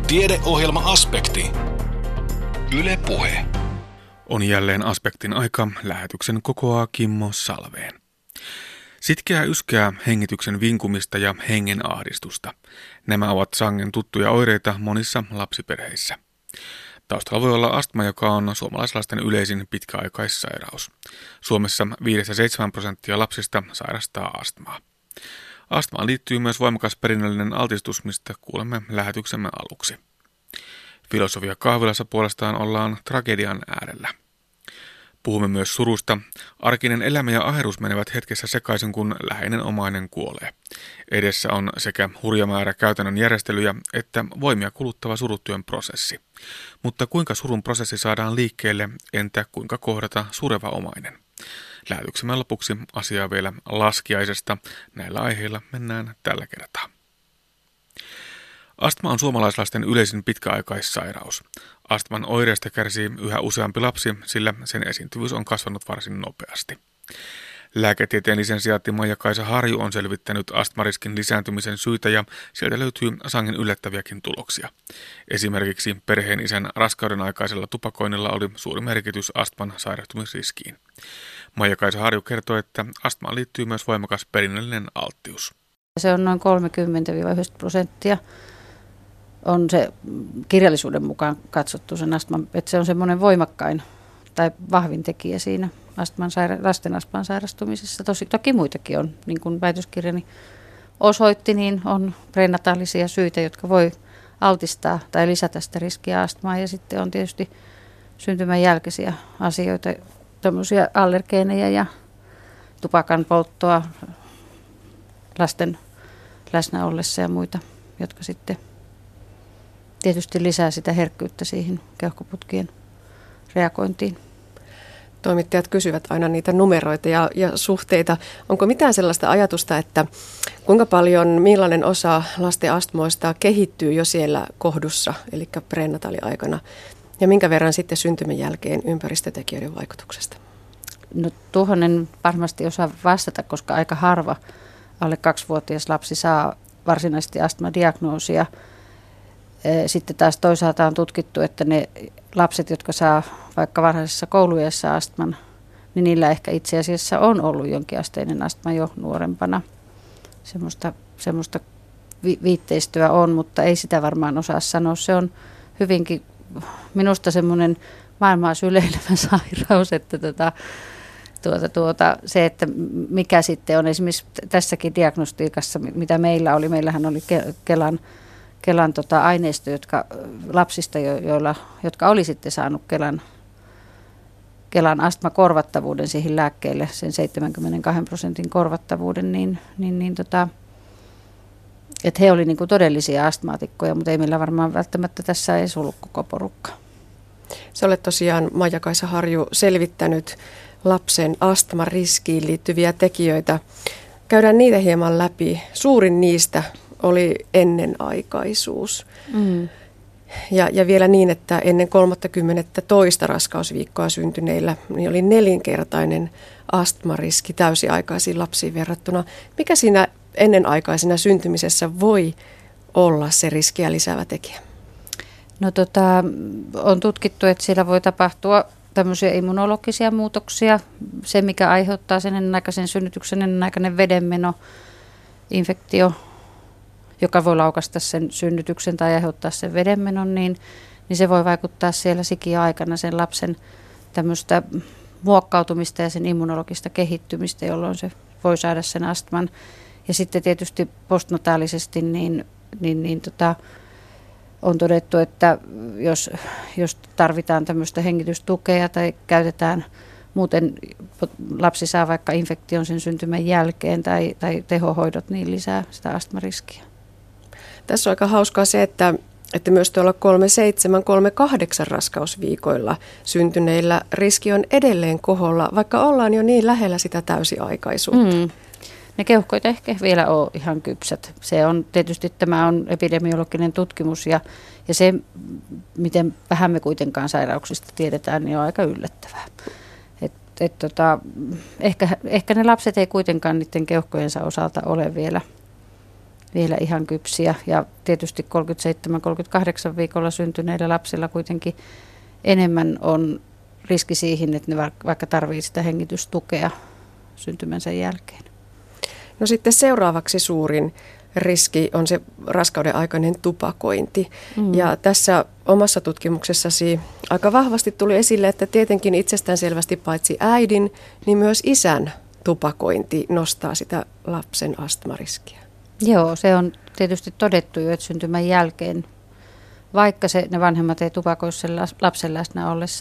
Tiedeohjelma-aspekti. Yle Puhe. On jälleen aspektin aika. Lähetyksen kokoaa Kimmo Salveen. Sitkeää yskää, hengityksen vinkumista ja hengenahdistusta. Nämä ovat sangen tuttuja oireita monissa lapsiperheissä. Taustalla voi olla astma, joka on suomalaislasten yleisin pitkäaikaissairaus. Suomessa 5-7% lapsista sairastaa astmaa. Astmaan liittyy myös voimakas perinnöllinen altistus, mistä kuulemme lähetyksemme aluksi. Filosofia kahvilassa puolestaan ollaan tragedian äärellä. Puhumme myös surusta. Arkinen elämä ja aherus menevät hetkessä sekaisin, kun läheinen omainen kuolee. Edessä on sekä hurja määrä käytännön järjestelyjä että voimia kuluttava surutyön prosessi. Mutta kuinka surun prosessi saadaan liikkeelle, entä kuinka kohdata sureva omainen? Lähetyksemme lopuksi asiaa vielä laskiaisesta. Näillä aiheilla mennään tällä kertaa. Astma on suomalaislasten yleisin pitkäaikaissairaus. Astman oireista kärsii yhä useampi lapsi, sillä sen esiintyvyys on kasvanut varsin nopeasti. Lääketieteen lisensiaatti Maija-Kaisa Harju on selvittänyt astmariskin lisääntymisen syitä ja sieltä löytyy sangen yllättäviäkin tuloksia. Esimerkiksi perheen isän raskauden aikaisella tupakoinnilla oli suuri merkitys astman sairastumisriskiin. Maija-Kaisa Harju kertoo, että astmaan liittyy myös voimakas perinnöllinen alttius. Se on noin 30-90% on se kirjallisuuden mukaan katsottu sen astman, että se on semmoinen voimakkain tai vahvin tekijä siinä lasten astman sairastumisessa. Toki muitakin on, niin kuin väitöskirjani osoitti, niin on prenataalisia syitä, jotka voi altistaa tai lisätä sitä riskiä astmaan. Ja sitten on tietysti syntymän jälkeisiä asioita, tämmöisiä allergeeneja ja tupakan polttoa lasten läsnä ollessa ja muita, jotka sitten tietysti lisää sitä herkkyyttä siihen keuhkoputkien reagointiin. Toimittajat kysyvät aina niitä numeroita ja suhteita. Onko mitään sellaista ajatusta, että kuinka paljon, millainen osa lasten astmoista kehittyy jo siellä kohdussa, eli prenataaliaikana, ja minkä verran sitten syntymän jälkeen ympäristötekijöiden vaikutuksesta? No tuohon en varmasti osaa vastata, koska aika harva alle 2-vuotias lapsi saa varsinaisesti astmadiagnoosia. Sitten taas toisaalta on tutkittu, että ne lapset, jotka saa vaikka varhaisessa kouluiässä astman, niin niillä ehkä itse asiassa on ollut jonkinasteinen astma jo nuorempana. Semmoista viitteistöä on, mutta ei sitä varmaan osaa sanoa. Se on hyvinkin minusta semmoinen maailmaa syleilevä sairaus, että se, että mikä sitten on esimerkiksi tässäkin diagnostiikassa, mitä meillähän oli Kelan aineisto, lapsista, jotka oli sitten saanut Kelan astmakorvattavuuden siihen lääkkeelle, sen 72% korvattavuuden, että he olivat niin todellisia astmaatikkoja, mutta ei meillä varmaan välttämättä tässä edes ollut koko porukka. Sä olet tosiaan, Maija-Kaisa Harju, selvittänyt lapsen astman riskiin liittyviä tekijöitä. Käydään niitä hieman läpi. Suurin niistä oli ennenaikaisuus. Ja vielä niin, että ennen 32. raskausviikkoa syntyneillä niin oli 4-kertainen astmariski täysiaikaisiin lapsiin verrattuna. Mikä siinä ennenaikaisena syntymisessä voi olla se riskiä lisäävä tekijä? No on tutkittu, että siellä voi tapahtua tämmöisiä immunologisia muutoksia. Se, mikä aiheuttaa sen ennenaikaisen synnytyksen, ennenaikainen vedenmeno, infektio, joka voi laukaista sen synnytyksen tai aiheuttaa sen vedenmenon, niin se voi vaikuttaa siellä sikiö-aikana sen lapsen tämmöistä muokkautumista ja sen immunologista kehittymistä, jolloin se voi saada sen astman. Ja sitten tietysti postnataalisesti on todettu, että jos tarvitaan tämmöistä hengitystukea tai käytetään muuten lapsi saa vaikka infektion sen syntymän jälkeen tai tehohoidot, niin lisää sitä astmariskiä. Tässä on aika hauskaa se, että myös tuolla 37-38 raskausviikoilla syntyneillä riski on edelleen koholla, vaikka ollaan jo niin lähellä sitä täysiaikaisuutta. Ne keuhkoit ehkä vielä ole ihan kypsät. Se on tietysti, tämä on epidemiologinen tutkimus ja se, miten vähän me kuitenkaan sairauksista tiedetään, niin on aika yllättävää. Ehkä ne lapset ei kuitenkaan niiden keuhkojensa osalta ole vielä vielä ihan kypsiä. Ja tietysti 37-38 viikolla syntyneillä lapsilla kuitenkin enemmän on riski siihen, että ne vaikka tarvitsee sitä hengitystukea syntymänsä jälkeen. No sitten seuraavaksi suurin riski on se raskauden aikainen tupakointi. Ja tässä omassa tutkimuksessasi aika vahvasti tuli esille, että tietenkin itsestäänselvästi paitsi äidin, niin myös isän tupakointi nostaa sitä lapsen astmariskiä. Joo, se on tietysti todettu jo, että syntymän jälkeen, vaikka ne vanhemmat ei tupakoi sen lapsen läsnä ollessa,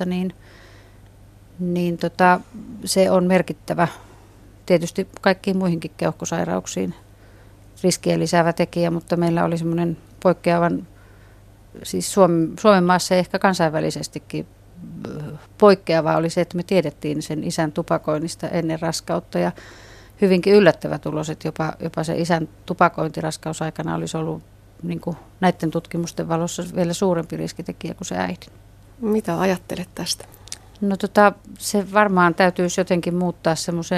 niin se on merkittävä tietysti kaikkiin muihinkin keuhkosairauksiin riskiä lisäävä tekijä, mutta meillä oli semmoinen poikkeavan, siis Suomen maassa ja ehkä kansainvälisestikin poikkeava oli se, että me tiedettiin sen isän tupakoinnista ennen raskautta ja hyvinkin yllättävä tulos, että jopa se isän tupakointi raskausaikana olisi ollut niin kuin näiden tutkimusten valossa vielä suurempi riskitekijä kuin se äidin. Mitä ajattelet tästä? No se varmaan täytyisi jotenkin muuttaa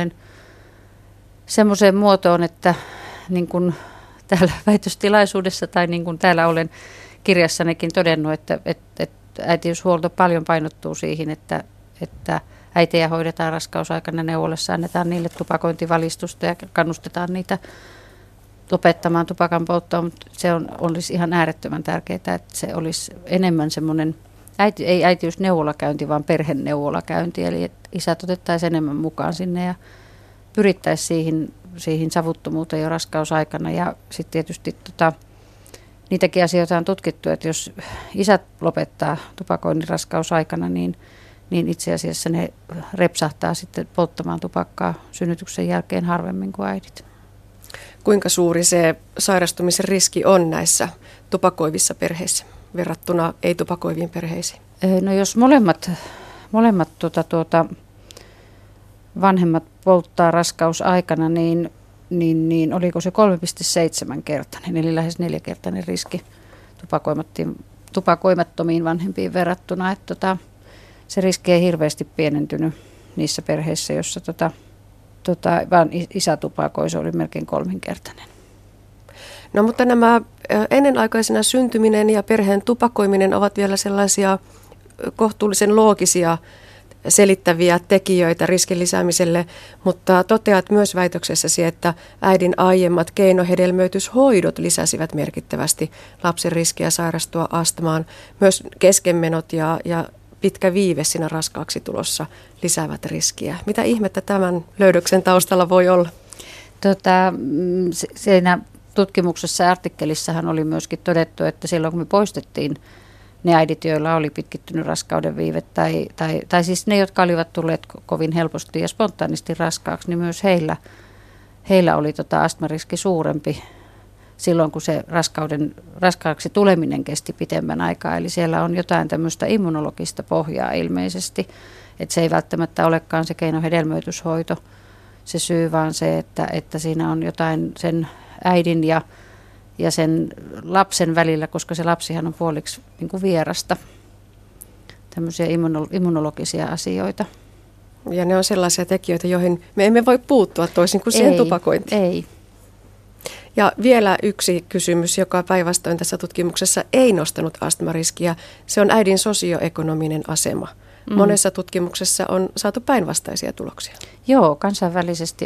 semmoiseen muotoon, että niin kuin täällä väitöstilaisuudessa tai niin kuin täällä olen kirjassanikin todennut, että äitiyshuolto paljon painottuu siihen, että äitejä hoidetaan raskausaikana neuvolassa, annetaan niille tupakointivalistusta ja kannustetaan niitä lopettamaan tupakan polttoa, mutta se olisi ihan äärettömän tärkeää, että se olisi enemmän semmoinen, ei äitiysneuvolakäynti, vaan perheneuvolakäynti, eli että isät otettaisiin enemmän mukaan sinne ja pyrittäisiin siihen savuttomuuteen jo raskausaikana ja sitten tietysti niitäkin asioita on tutkittu, että jos isät lopettaa tupakoinnin raskausaikana, niin itse asiassa ne repsahtaa sitten polttamaan tupakkaa synnytyksen jälkeen harvemmin kuin äidit. Kuinka suuri se sairastumisen riski on näissä tupakoivissa perheissä verrattuna ei-tupakoiviin perheisiin? No jos molemmat vanhemmat polttaa raskausaikana, niin oliko se 3,7-kertainen, eli lähes 4-kertainen riski tupakoimattomiin vanhempiin verrattuna. Että se riski ei hirveästi pienentynyt niissä perheissä, joissa vaan isä tupakoi, se oli melkein 3-kertainen. No mutta nämä ennenaikaisena syntyminen ja perheen tupakoiminen ovat vielä sellaisia kohtuullisen loogisia selittäviä tekijöitä riskin lisäämiselle, mutta toteat myös väitöksessäsi, että äidin aiemmat keinohedelmöityshoidot lisäsivät merkittävästi lapsen riskiä sairastua astmaan. Myös keskenmenot ja pitkä viive siinä raskaaksi tulossa lisäävät riskiä. Mitä ihmettä tämän löydöksen taustalla voi olla? Siinä tutkimuksessa ja artikkelissahan oli myöskin todettu, että silloin kun me poistettiin ne äidit, joilla oli pitkittynyt raskauden viive, tai siis ne, jotka olivat tulleet kovin helposti ja spontaanisti raskaaksi, niin myös heillä oli astmariski suurempi silloin, kun se raskaaksi tuleminen kesti pitemmän aikaa. Eli siellä on jotain tämmöistä immunologista pohjaa ilmeisesti, että se ei välttämättä olekaan se keinohedelmöityshoito se syy, vaan se, että siinä on jotain sen äidin ja sen lapsen välillä, koska se lapsihan on puoliksi niin kuin vierasta, tämmöisiä immunologisia asioita. Ja ne on sellaisia tekijöitä, joihin me emme voi puuttua toisin kuin siihen tupakointiin. Ei. Ja vielä yksi kysymys, joka päinvastoin tässä tutkimuksessa ei nostanut astmariskiä, se on äidin sosioekonominen asema. Monessa tutkimuksessa on saatu päinvastaisia tuloksia. Joo, kansainvälisesti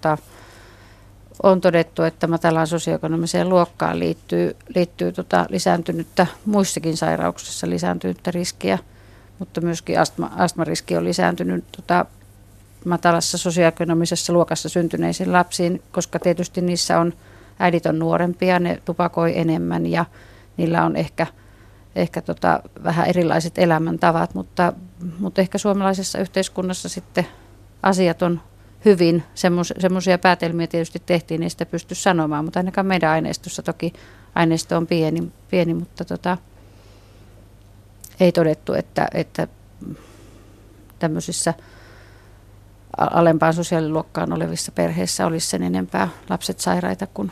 on todettu, että matalaan sosioekonomiseen luokkaan liittyy lisääntynyttä, muissakin sairauksissa lisääntynyttä riskiä, mutta myöskin astmariski on lisääntynyt matalassa sosioekonomisessa luokassa syntyneisiin lapsiin, koska tietysti niissä äidit on nuorempia, ne tupakoi enemmän ja niillä on ehkä vähän erilaiset elämäntavat, mutta ehkä suomalaisessa yhteiskunnassa sitten asiat on hyvin. Semmoisia päätelmiä tietysti tehtiin, ei sitä pysty sanomaan, mutta ainakaan meidän aineistossa toki aineisto on pieni mutta ei todettu, että tämmöisissä alempaan sosiaaliluokkaan olevissa perheissä olisi sen enempää lapset sairaita kuin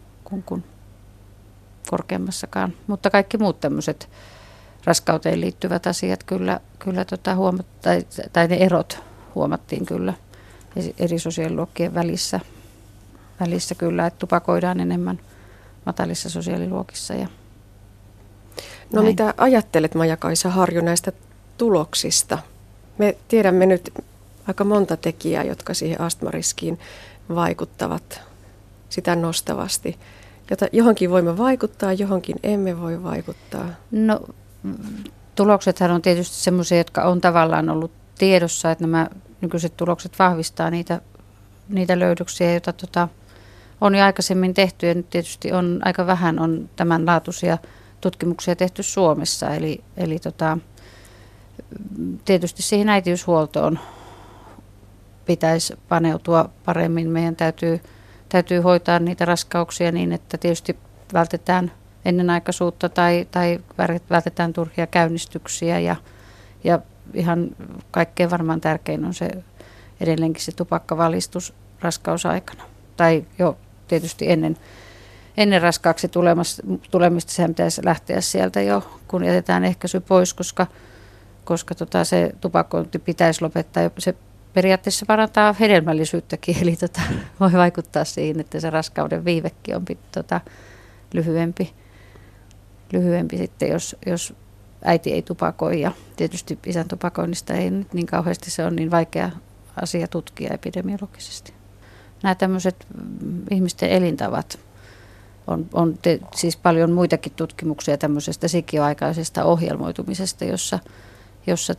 korkeammassakaan. Mutta kaikki muut tämmöiset raskauteen liittyvät asiat kyllä tai ne erot huomattiin kyllä eri sosiaaliluokkien välissä kyllä, että tupakoidaan enemmän matalissa sosiaaliluokissa. Ja No näin. mitä ajattelet, Maija-Kaisa Harju, näistä tuloksista? Me tiedämme nyt aika monta tekijää, jotka siihen astmariskiin vaikuttavat sitä nostavasti. Johonkin voimme vaikuttaa, johonkin emme voi vaikuttaa. No, tuloksethan on tietysti semmoisia, jotka on tavallaan ollut tiedossa, että nämä nykyiset tulokset vahvistaa niitä löydöksiä, joita on jo aikaisemmin tehty. Ja nyt tietysti aika vähän on tämänlaatuisia tutkimuksia tehty Suomessa. Eli tietysti siihen äitiyshuoltoon pitäisi paneutua paremmin. Meidän täytyy hoitaa niitä raskauksia niin, että tietysti vältetään ennenaikaisuutta tai vältetään turhia käynnistyksiä ja ihan kaikkein varmaan tärkein on se edelleenkin se tupakkavalistus raskausaikana. Tai jo tietysti ennen raskaaksi tulemista sehän pitäisi lähteä sieltä jo, kun jätetään ehkäisy pois, koska se tupakointi pitäisi lopettaa. Se periaatteessa parantaa hedelmällisyyttäkin, eli voi vaikuttaa siihen, että se raskauden viivekin on lyhyempi sitten, jos äiti ei tupakoi. Ja tietysti isän tupakoinnista ei nyt niin kauheasti, se on niin vaikea asia tutkia epidemiologisesti. Nämä tämmöiset ihmisten elintavat on siis paljon muitakin tutkimuksia tämmöisestä sikiöaikaisesta ohjelmoitumisesta, jossa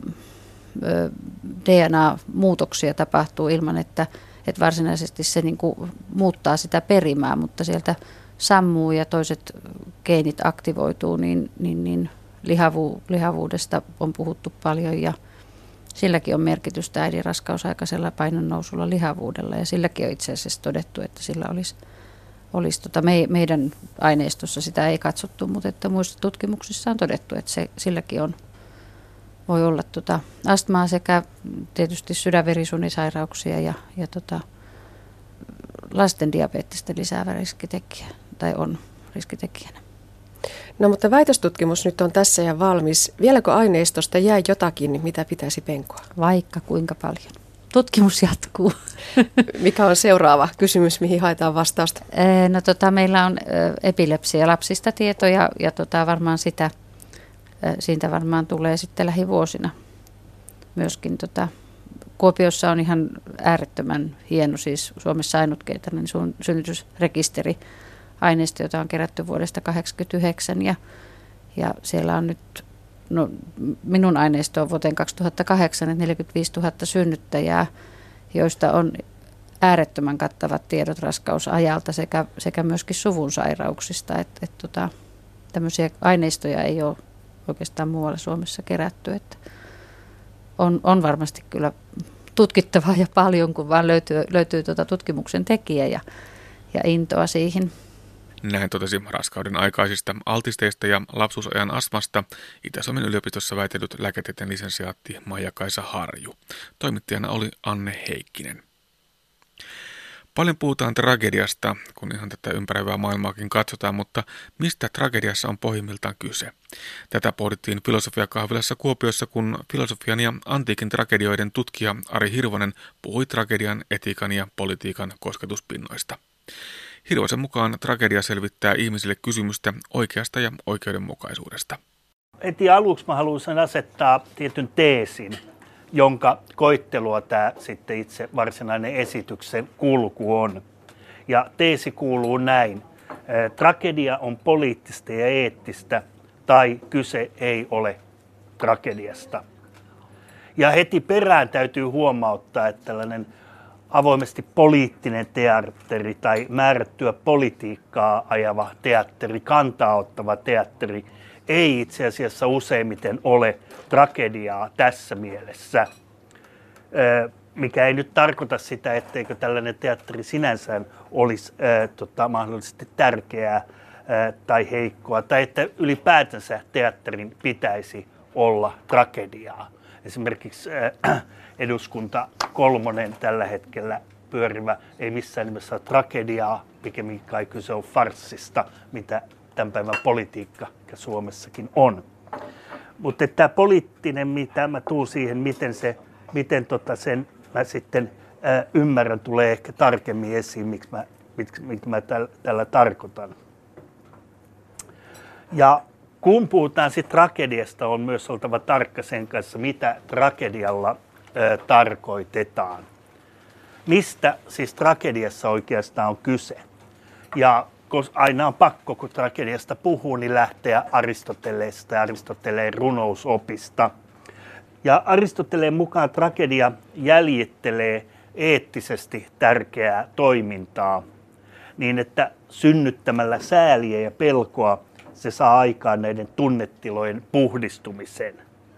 DNA-muutoksia tapahtuu ilman, että varsinaisesti se niin kuin muuttaa sitä perimää, mutta sieltä sammuu ja toiset geenit aktivoituu, niin lihavuudesta on puhuttu paljon ja silläkin on merkitystä äidin raskausaikaisella painonnousulla lihavuudella ja silläkin on itse asiassa todettu, että sillä olisi meidän aineistossa sitä ei katsottu, mutta että muissa tutkimuksissa on todettu, että silläkin voi olla astmaa sekä tietysti sydänverisuonisairauksia ja lasten diabeettista lisäävä riskitekijä tai on riskitekijänä. No mutta väitöstutkimus nyt on tässä ja valmis. Vieläkö aineistosta jää jotakin, mitä pitäisi penkoa? Vaikka kuinka paljon. Tutkimus jatkuu. Mikä on seuraava kysymys, mihin haetaan vastausta? No meillä on epilepsia lapsista tietoja ja varmaan siitä varmaan tulee sitten lähivuosina. Myöskin Kuopiossa on ihan äärettömän hieno, siis Suomessa ainutkeitainen synnytysrekisteri aineisto, jota on kerätty vuodesta 1989 ja siellä on nyt, minun aineisto on vuoteen 2008, 45 000 synnyttäjää, joista on äärettömän kattavat tiedot raskausajalta sekä myöskin suvun sairauksista, että tämmöisiä aineistoja ei ole oikeastaan muualla Suomessa kerätty, että on varmasti kyllä tutkittavaa ja paljon, kun vaan löytyy tutkimuksen tekijä ja intoa siihen. Näin totesi raskauden aikaisista altisteista ja lapsuusajan astmasta Itä-Suomen yliopistossa väitellyt lääketieteen lisensiaatti Maija-Kaisa Harju. Toimittajana oli Anne Heikkinen. Paljon puhutaan tragediasta, kun ihan tätä ympäröivää maailmaakin katsotaan, mutta mistä tragediassa on pohjimmiltaan kyse? Tätä pohdittiin filosofiakahvilassa Kuopiossa, kun filosofian ja antiikin tragedioiden tutkija Ari Hirvonen puhui tragedian, etiikan ja politiikan kosketuspinnoista. Hirvosen mukaan tragedia selvittää ihmisille kysymystä oikeasta ja oikeudenmukaisuudesta. Heti aluksi mä haluaisin asettaa tietyn teesin, jonka koittelua tämä sitten itse varsinainen esityksen kulku on. Ja teesi kuuluu näin. Tragedia on poliittista ja eettistä, tai kyse ei ole tragediasta. Ja heti perään täytyy huomauttaa, että tällainen avoimesti poliittinen teatteri tai määrättyä politiikkaa ajava teatteri, kantaa ottava teatteri, ei itse asiassa useimmiten ole tragediaa tässä mielessä, mikä ei nyt tarkoita sitä, etteikö tällainen teatteri sinänsä olisi mahdollisesti tärkeää tai heikkoa, tai että ylipäätänsä teatterin pitäisi olla tragediaa. Esimerkiksi Eduskunta 3 tällä hetkellä pyörivä ei missään nimessä ole tragediaa, pikemminkin kai kyse on farssista, mitä tämän päivän politiikka Suomessakin on. Mutta tämä poliittinen, mitä mä tuun siihen, miten sen mä sitten ymmärrän, tulee ehkä tarkemmin esiin, miksi mä tällä tarkoitan. Ja kun puhutaan sitten tragediasta, on myös oltava tarkka sen kanssa, mitä tragedialla tarkoitetaan. Mistä siis tragediassa oikeastaan on kyse? Ja aina on pakko, kun tragediasta puhuu, niin lähteä Aristoteleesta ja Aristoteleen runousopista. Ja Aristoteleen mukaan tragedia jäljittelee eettisesti tärkeää toimintaa niin, että synnyttämällä sääliä ja pelkoa se saa aikaan näiden tunnetilojen puhdistumisen.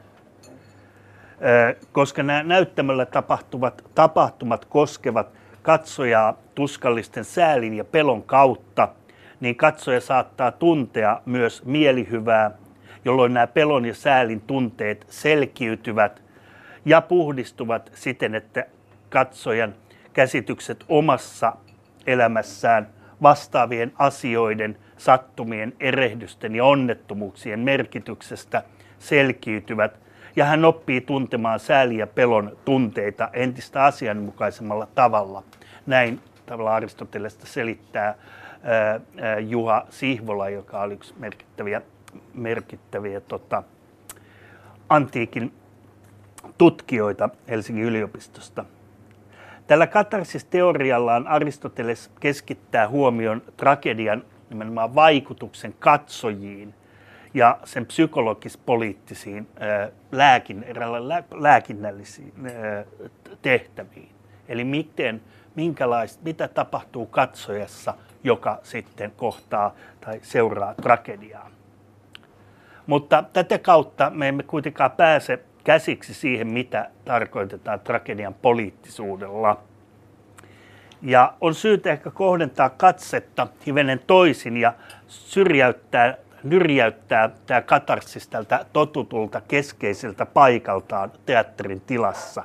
Koska nämä näyttämöllä tapahtuvat tapahtumat koskevat katsojaa tuskallisten säälin ja pelon kautta, niin katsoja saattaa tuntea myös mielihyvää, jolloin nämä pelon ja säälin tunteet selkiytyvät ja puhdistuvat siten, että katsojan käsitykset omassa elämässään vastaavien asioiden, sattumien, erehdysten ja onnettomuuksien merkityksestä selkiytyvät, ja hän oppii tuntemaan sääli- ja pelon tunteita entistä asianmukaisemmalla tavalla. Näin tavallaan Aristotelesta selittää Juha Sihvola, joka oli yksi merkittäviä antiikin tutkijoita Helsingin yliopistosta. Tällä katarsis-teoriallaan Aristoteles keskittää huomion tragedian nimenomaan vaikutuksen katsojiin ja sen psykologis-poliittisiin lääkinnällisiin tehtäviin. Eli mitä tapahtuu katsojassa, joka sitten kohtaa tai seuraa tragediaa. Mutta tätä kautta me emme kuitenkaan pääse käsiksi siihen, mitä tarkoitetaan tragedian poliittisuudella. Ja on syytä ehkä kohdentaa katsetta hivenen toisin ja nyrjäyttää tämä katarsis tältä totutulta keskeiseltä paikaltaan teatterin tilassa.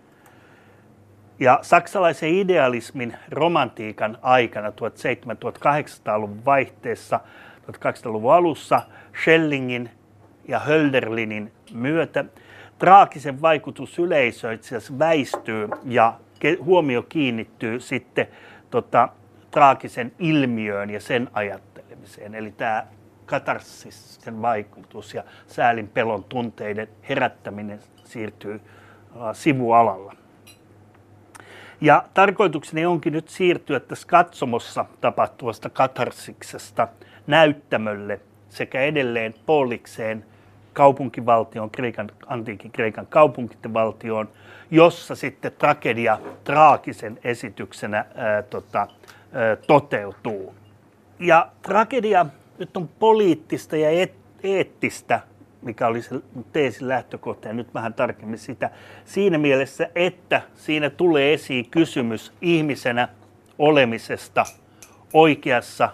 Ja saksalaisen idealismin romantiikan aikana 1700-1800-luvun vaihteessa, 1800-luvun alussa Schellingin ja Hölderlinin myötä traagisen vaikutus yleisöön itse asiassa väistyy ja huomio kiinnittyy sitten traagisen ilmiöön ja sen ajattelemiseen. Eli tämä katarsisen vaikutus ja säälin pelon tunteiden herättäminen siirtyy sivualalla. Ja tarkoitukseni onkin nyt siirtyä tässä katsomossa tapahtuvasta katarsiksesta näyttämölle sekä edelleen Polikseen kaupunkivaltioon, antiikin Kreikan kaupunkivaltioon, jossa sitten tragedia traagisen esityksenä toteutuu. Ja tragedia nyt on poliittista ja eettistä, mikä oli se teesin lähtökohta, ja nyt vähän tarkemmin sitä, siinä mielessä, että siinä tulee esiin kysymys ihmisenä olemisesta, oikeassa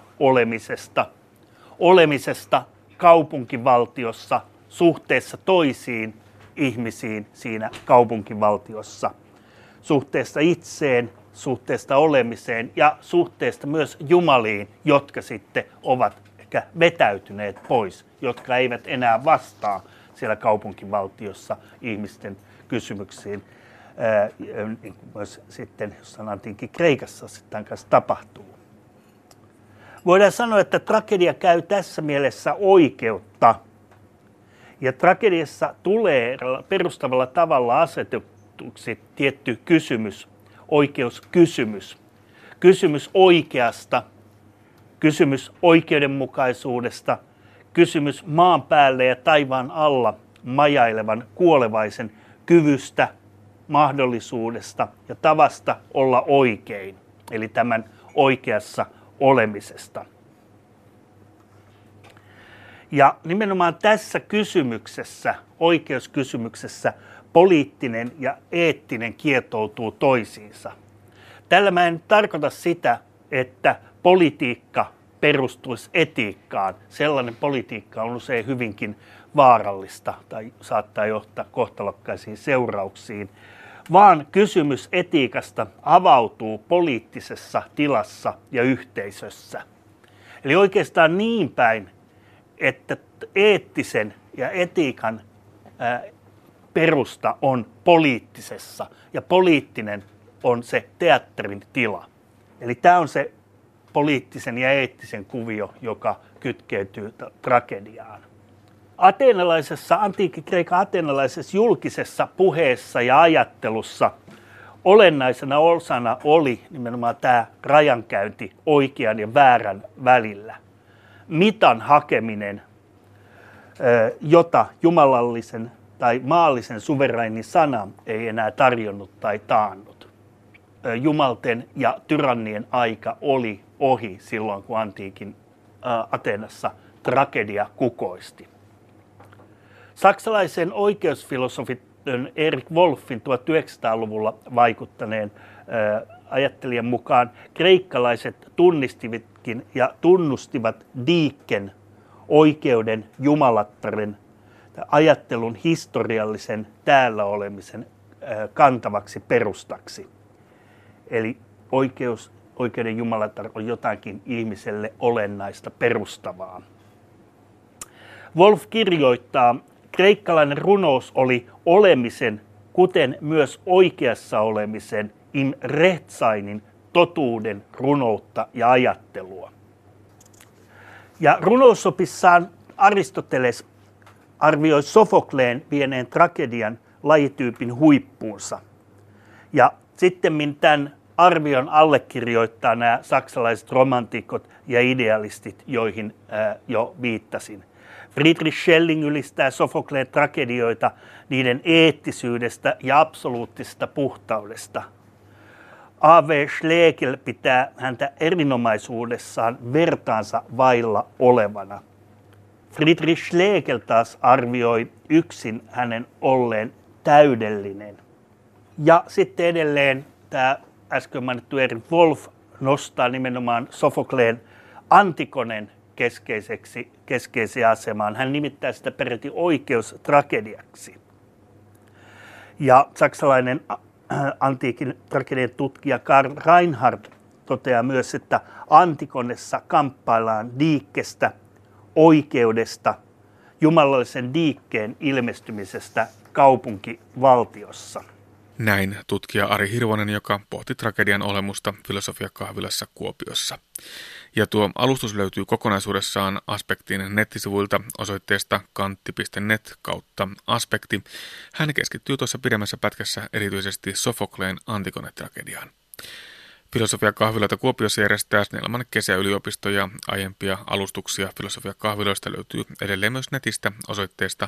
olemisesta kaupunkivaltiossa, suhteessa toisiin ihmisiin siinä kaupunkivaltiossa, suhteessa itseen, suhteesta olemiseen ja suhteesta myös jumaliin, jotka sitten ovat ehkä vetäytyneet pois, jotka eivät enää vastaa siellä kaupunkivaltiossa ihmisten kysymyksiin, niin kuin myös sitten jossain antiikin Kreikassa sitten kanssa tapahtuu. Voidaan sanoa, että tragedia käy tässä mielessä oikeutta. Ja tragediassa tulee perustavalla tavalla asetetuksi tietty kysymys, oikeuskysymys. Kysymys oikeasta, kysymys oikeudenmukaisuudesta, kysymys maan päälle ja taivaan alla majailevan kuolevaisen kyvystä, mahdollisuudesta ja tavasta olla oikein, eli tämän oikeassa olemisesta. Ja nimenomaan tässä kysymyksessä, oikeuskysymyksessä, poliittinen ja eettinen kietoutuu toisiinsa. Tällä mä en tarkoita sitä, että politiikka perustuisi etiikkaan. Sellainen politiikka on usein hyvinkin vaarallista tai saattaa johtaa kohtalokkaisiin seurauksiin, vaan kysymys etiikasta avautuu poliittisessa tilassa ja yhteisössä. Eli oikeastaan niin päin, että eettisen ja etiikan perusta on poliittisessa ja poliittinen on se teatterin tila. Eli tämä on se poliittisen ja eettisen kuvio, joka kytkeytyy tragediaan. Antiikin Kreikan ateenalaisessa julkisessa puheessa ja ajattelussa olennaisena osana oli nimenomaan tämä rajankäynti oikean ja väärän välillä. Mitan hakeminen, jota jumalallisen tai maallisen suveraanin sana ei enää tarjonnut tai taannut. Jumalten ja tyrannien aika oli ohi silloin, kun antiikin Ateenassa tragedia kukoisti. Saksalaisen oikeusfilosofin Erich Wolffin 1900-luvulla vaikuttaneen ajattelijan mukaan kreikkalaiset tunnistivatkin ja tunnustivat Diiken oikeuden, jumalattaren, ajattelun historiallisen täällä olemisen kantavaksi perustaksi. Eli oikeuden jumalatar on jotakin ihmiselle olennaista perustavaa. Wolff kirjoittaa, kreikkalainen runous oli olemisen, kuten myös oikeassa olemisen, im rechtseinin, totuuden, runoutta ja ajattelua. Ja runousopissaan Aristoteles arvioi Sofokleen vieneen tragedian lajityypin huippuunsa. Ja sitten tämän arvion allekirjoittaa nämä saksalaiset romantikot ja idealistit, joihin jo viittasin. Friedrich Schelling ylistää Sofokleen tragedioita niiden eettisyydestä ja absoluuttisesta puhtaudesta. A.V. Schlegel pitää häntä erinomaisuudessaan vertaansa vailla olevana. Friedrich Schlegel taas arvioi yksin hänen olleen täydellinen. Ja sitten edelleen tämä äsken mainittu Erich Wolff nostaa nimenomaan Sofokleen Antigonen keskeiseen asemaan. Hän nimittää sitä peräti oikeustragediaksi. Ja saksalainen antiikin tragedian tutkija Karl Reinhardt toteaa myös, että Antigonessa kamppaillaan Diikkestä, oikeudesta, jumalallisen Diikkeen ilmestymisestä kaupunkivaltiossa. Näin tutkija Ari Hirvonen, joka pohti tragedian olemusta Filosofiakahvilassa Kuopiossa. Ja tuo alustus löytyy kokonaisuudessaan Aspektin nettisivuilta osoitteesta kantti.net/aspekti. Hän keskittyy tuossa pidemmässä pätkässä erityisesti Sofokleen Antigone-tragediaan. Filosofiakahviloita Kuopiossa järjestää Snellman kesäyliopisto ja aiempia alustuksia filosofiakahviloista löytyy edelleen myös netistä osoitteesta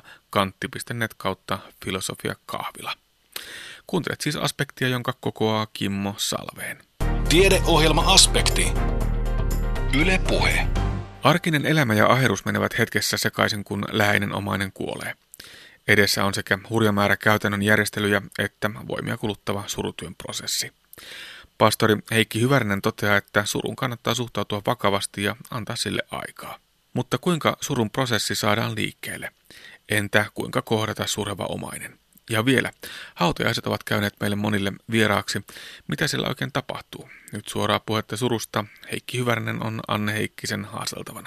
kantti.net/filosofiakahvila. Kuuntelet siis Aspektia, jonka kokoaa Kimmo Salveen. Tiedeohjelma Aspekti. Yle Puhe. Arkinen elämä ja aherus menevät hetkessä sekaisin, kun läheinen omainen kuolee. Edessä on sekä hurja määrä käytännön järjestelyjä että voimia kuluttava surutyön prosessi. Pastori Heikki Hyvärinen toteaa, että surun kannattaa suhtautua vakavasti ja antaa sille aikaa. Mutta kuinka surun prosessi saadaan liikkeelle? Entä kuinka kohdata sureva omainen? Ja vielä, hautajaiset ovat käyneet meille monille vieraaksi. Mitä siellä oikein tapahtuu? Nyt suoraa puhetta surusta. Heikki Hyvärinen on Anne Heikkisen haasteltavana.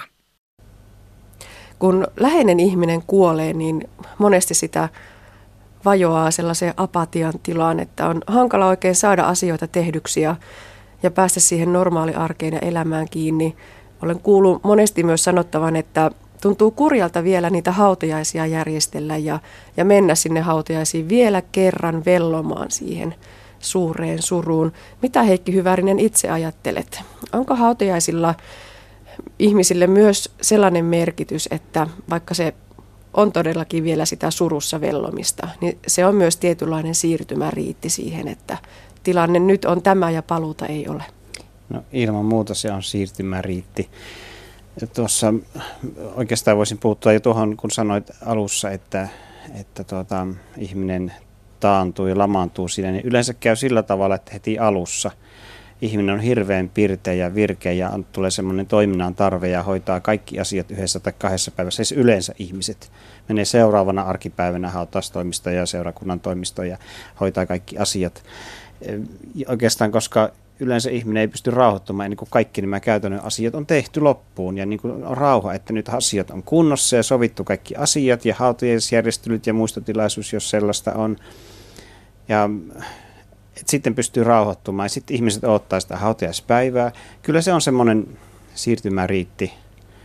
Kun läheinen ihminen kuolee, niin monesti sitä vajoaa sellaiseen apatian tilaan, että on hankala oikein saada asioita tehdyksi ja päästä siihen normaaliarkeen ja elämään kiinni. Olen kuullut monesti myös sanottavan, että tuntuu kurjalta vielä niitä hautajaisia järjestellä ja mennä sinne hautajaisiin vielä kerran vellomaan siihen suureen suruun. Mitä Heikki Hyvärinen itse ajattelet? Onko hautajaisilla ihmisille myös sellainen merkitys, että vaikka se on todellakin vielä sitä surussa vellomista, niin se on myös tietynlainen siirtymäriitti siihen, että tilanne nyt on tämä ja paluuta ei ole? No ilman muuta se on siirtymäriitti. Tuossa oikeastaan voisin puuttua jo tuohon, kun sanoit alussa, että ihminen taantuu ja lamaantuu siinä, niin yleensä käy sillä tavalla, että heti alussa ihminen on hirveän pirteä ja virkeä ja tulee semmoinen toiminnan tarve ja hoitaa kaikki asiat yhdessä tai kahdessa päivässä. Siis yleensä ihmiset menee seuraavana arkipäivänä hautaustoimistoon ja seurakunnan toimistoon ja hoitaa kaikki asiat. Oikeastaan, koska yleensä ihminen ei pysty rauhoittumaan, niin kuin kaikki nämä käytännön asiat on tehty loppuun ja niin kuin on rauha, että nyt asiat on kunnossa ja sovittu kaikki asiat ja hautajaisjärjestelyt ja muistotilaisuus, jos sellaista on. Ja sitten pystyy rauhoittumaan ja sitten ihmiset odottaa sitä hautajaispäivää. Kyllä se on semmoinen siirtymäriitti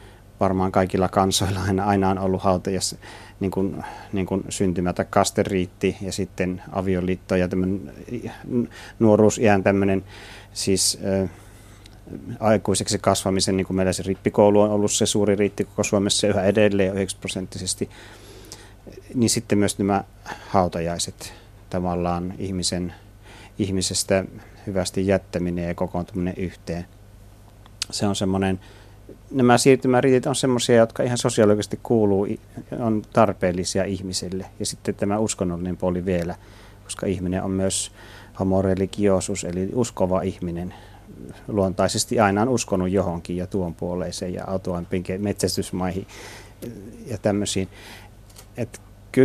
varmaan kaikilla kansoilla aina on ollut hautajassa niin kuin syntymä tai kasteriitti ja sitten avioliitto ja tämmöinen nuoruusiän tämmöinen siis aikuiseksi kasvamisen, niin kuin meillä se rippikoulu on ollut se suuri riitti koko Suomessa yhä edelleen 9%, niin sitten myös nämä hautajaiset, tavallaan ihmisestä hyvästi jättäminen ja kokoontuminen yhteen. Se on semmoinen, nämä siirtymäriitit on semmoisia, jotka ihan sosiologisesti kuuluu, on tarpeellisia ihmiselle. Ja sitten tämä uskonnollinen puoli vielä, koska ihminen on myös homoreligiosus, eli uskova ihminen. Luontaisesti aina on uskonut johonkin ja tuon puoleiseen ja autoampiin metsästysmaihin ja tämmöisiin. Että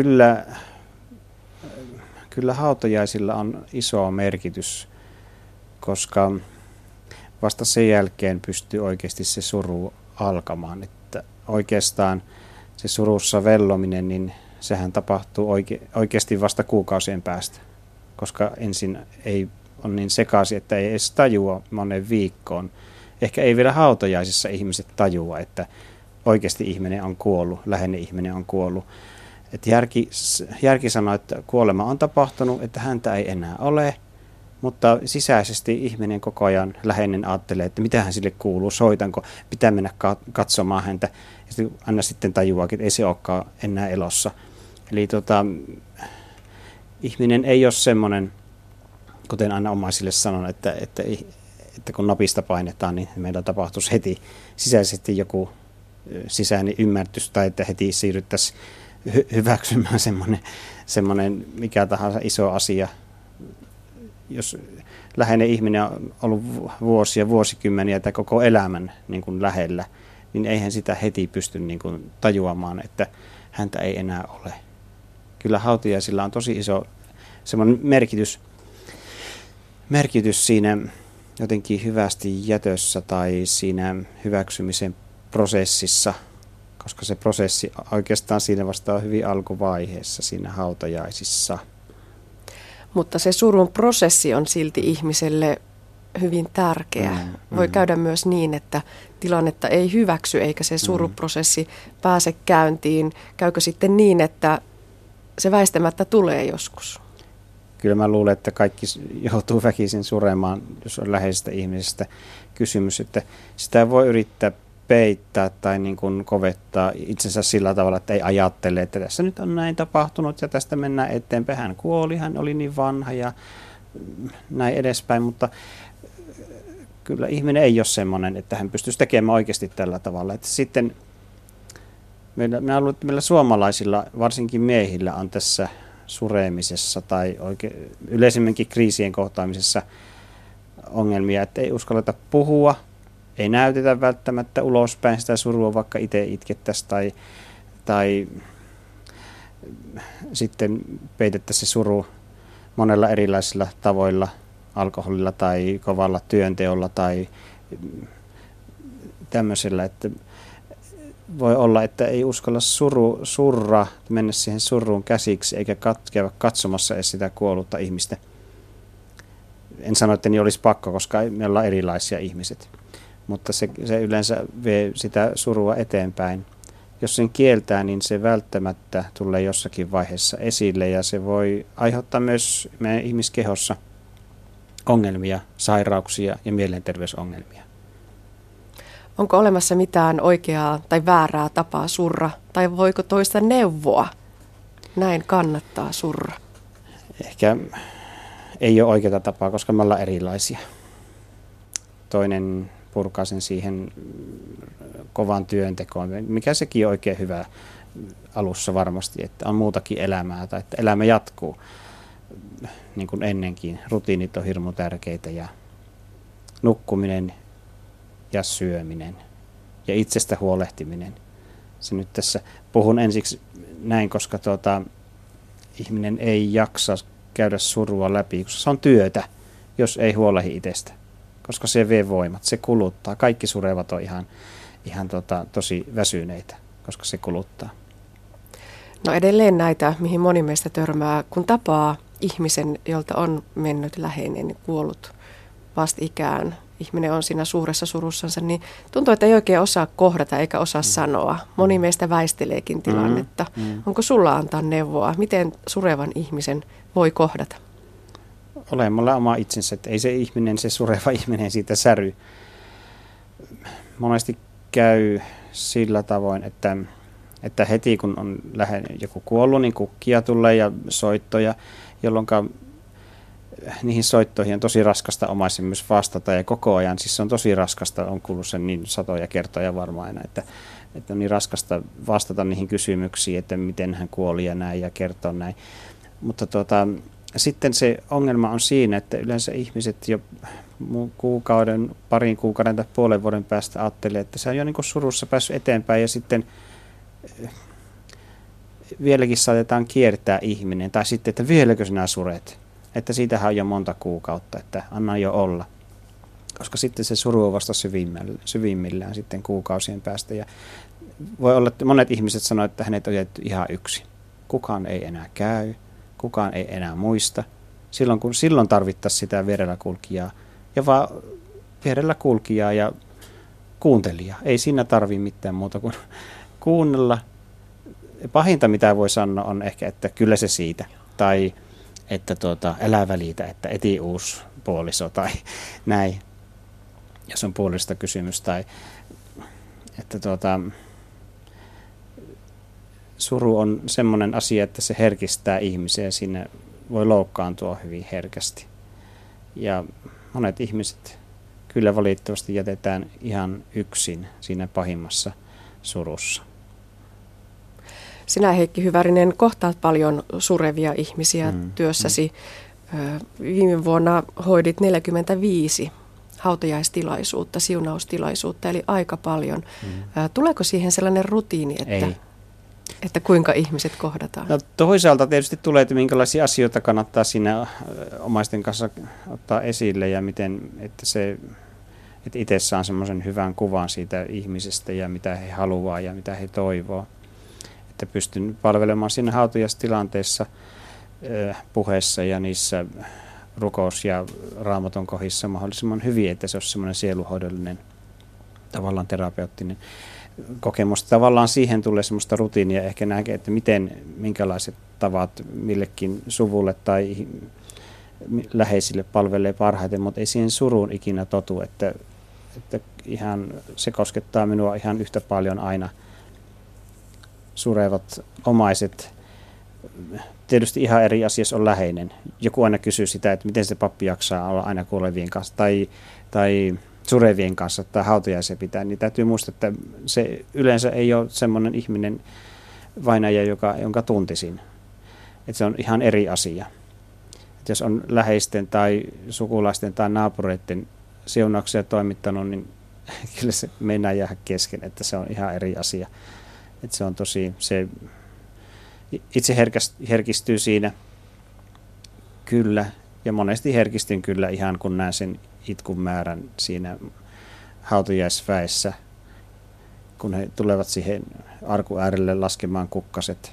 kyllä hautajaisilla on iso merkitys, koska vasta sen jälkeen pystyy oikeasti se suru alkamaan. Että oikeastaan se surussa vellominen, niin sehän tapahtuu oikeasti vasta kuukausien päästä, koska ensin ei on niin sekaisin, että ei edes tajua monen viikkoon. Ehkä ei vielä hautajaisissa ihmiset tajua, että oikeasti ihminen on kuollut, läheinen ihminen on kuollut. Että järki sanoo, että kuolema on tapahtunut, että häntä ei enää ole, mutta sisäisesti ihminen koko ajan läheinen ajattelee, että mitä hän sille kuuluu, soitanko, pitää mennä katsomaan häntä. Ja aina sitten tajuakin, että ei se olekaan enää elossa. Eli ihminen ei ole semmoinen, kuten aina omaisille sanon, että kun napista painetaan, niin meillä tapahtuisi heti sisäisesti joku sisäinen ymmärtys tai että heti siirryttäisiin hyväksymään semmoinen mikä tahansa iso asia. Jos läheinen ihminen on ollut vuosikymmeniä tai koko elämän niin kuin lähellä, niin eihän sitä heti pysty niin kuin tajuamaan, että häntä ei enää ole. Kyllä hautajaisilla on tosi iso semmoinen merkitys siinä jotenkin hyvästi jätössä tai siinä hyväksymisen prosessissa, koska se prosessi oikeastaan siinä vasta on hyvin alkuvaiheessa siinä hautajaisissa. Mutta se surun prosessi on silti ihmiselle hyvin tärkeä. Voi käydä myös niin, että tilannetta ei hyväksy eikä se suruprosessi pääse käyntiin. Käykö sitten niin, että se väistämättä tulee joskus? Kyllä mä luulen, että kaikki joutuu väkisin suremaan, jos on läheisestä ihmisestä kysymys, että sitä voi yrittää peittää tai niin kuin kovettaa itsensä sillä tavalla, että ei ajattele, että tässä nyt on näin tapahtunut ja tästä mennään eteenpäin. Hän kuoli, hän oli niin vanha ja näin edespäin, mutta kyllä ihminen ei ole semmoinen, että hän pystyisi tekemään oikeasti tällä tavalla. Että sitten meillä suomalaisilla, varsinkin miehillä, on tässä suremisessa tai yleisemminkin kriisien kohtaamisessa ongelmia, että ei uskalleta puhua, ei näytetä välttämättä ulospäin sitä surua, vaikka itse itkettäisiin tai sitten peitettäisiin se suru monella erilaisilla tavoilla, alkoholilla tai kovalla työnteolla tai tämmöisellä, että voi olla, että ei uskalla surra, mennä siihen suruun käsiksi eikä käydä katsomassa edes sitä kuollutta ihmistä. En sano, että niin olisi pakko, koska me ollaan erilaisia ihmiset, mutta se yleensä vie sitä surua eteenpäin. Jos sen kieltää, niin se välttämättä tulee jossakin vaiheessa esille ja se voi aiheuttaa myös meidän ihmiskehossa ongelmia, sairauksia ja mielenterveysongelmia. Onko olemassa mitään oikeaa tai väärää tapaa surra, tai voiko toista neuvoa? Näin kannattaa surra. Ehkä ei ole oikeaa tapaa, koska me ollaan erilaisia. Toinen purkaa sen siihen kovan työntekoon, mikä sekin on oikein hyvä alussa varmasti, että on muutakin elämää tai että elämä jatkuu niin kuin ennenkin. Rutiinit on hirmu tärkeitä ja nukkuminen ja syöminen ja itsestä huolehtiminen. Se nyt tässä puhun ensiksi näin, koska ihminen ei jaksa käydä surua läpi, koska se on työtä, jos ei huolehdi itsestä, koska se vie voimat, se kuluttaa. Kaikki surevat on ihan tosi väsyneitä, koska se kuluttaa. No edelleen näitä, mihin moni meistä törmää, kun tapaa ihmisen, jolta on mennyt läheinen, kuollut vastikään, ihminen on siinä suuressa surussansa, niin tuntuu, että ei oikein osaa kohdata eikä osaa sanoa. Moni meistä väisteleekin tilannetta. Onko sulla antaa neuvoa, miten surevan ihmisen voi kohdata? Olemalla oma itsensä, että ei se ihminen, se sureva ihminen siitä säry. Monesti käy sillä tavoin, että heti kun on joku kuollut, niin kukkia tulee ja soittoja, jolloin niihin soittoihin on tosi raskasta omaisen myös vastata ja koko ajan. Siis se on tosi raskasta, on kuullut sen niin satoja kertoja varmaan aina, että on niin raskasta vastata niihin kysymyksiin, että miten hän kuoli ja näin ja kertoa näin. Mutta sitten se ongelma on siinä, että yleensä ihmiset jo parin kuukauden tai puolen vuoden päästä ajattelee, että se on jo niin kuin surussa päässyt eteenpäin ja sitten vieläkin saatetaan kiertää ihminen tai sitten, että vieläkö sinä suret. Että siitähän on jo monta kuukautta, että anna jo olla. Koska sitten se suru on vasta syvimmillään sitten kuukausien päästä. Ja voi olla, että monet ihmiset sanoo, että hänet on jätetty ihan yksin. Kukaan ei enää käy, kukaan ei enää muista. Silloin tarvittaisiin sitä vierellä kulkijaa. Ja vaan vierellä kulkijaa ja kuuntelijaa. Ei siinä tarvitse mitään muuta kuin kuunnella. Pahinta mitä voi sanoa on ehkä, että kyllä se siitä. Tai että älä välitä, että eti uusi puoliso tai näin, jos on puolista kysymys. Tai että suru on semmoinen asia, että se herkistää ihmisiä ja siinä voi loukkaantua hyvin herkästi. Ja monet ihmiset kyllä valitettavasti jätetään ihan yksin siinä pahimmassa surussa. Sinä, Heikki Hyvärinen, kohtaat paljon surevia ihmisiä työssäsi. Viime vuonna hoidit 45 hautajaistilaisuutta, siunaustilaisuutta, eli aika paljon. Tuleeko siihen sellainen rutiini, että kuinka ihmiset kohdataan? No, toisaalta tietysti tulee, että minkälaisia asioita kannattaa siinä omaisten kanssa ottaa esille ja miten, että itse saa semmoisen hyvän kuvan siitä ihmisestä ja mitä he haluaa ja mitä he toivoo. Että pystyn palvelemaan siinä hautajaistilanteessa puheessa ja niissä rukous- ja Raamatun kohdissa mahdollisimman hyvin, että se olisi semmoinen sieluhoidollinen, tavallaan terapeuttinen kokemus. Tavallaan siihen tulee semmoista rutiinia, ehkä näkee, että minkälaiset tavat millekin suvulle tai läheisille palvelee parhaiten, mutta ei siihen suruun ikinä totu, että ihan, se koskettaa minua ihan yhtä paljon aina. Surevat omaiset, tietysti ihan eri asiassa on läheinen. Joku aina kysyy sitä, että miten se pappi jaksaa olla aina kuolevien kanssa tai surevien kanssa tai hautajaisia pitää, niin täytyy muistaa, että se yleensä ei ole semmoinen ihminen vainaja, jonka tuntisin. Että se on ihan eri asia. Että jos on läheisten tai sukulaisten tai naapureiden siunauksia toimittanut, niin kyllä se meinaa jäädä kesken, että se on ihan eri asia. Että se on tosi, se itse herkistyy siinä kyllä, ja monesti herkistyn kyllä ihan kun näen sen itkun määrän siinä hautajaisväessä, kun he tulevat siihen arkun äärelle laskemaan kukkaset.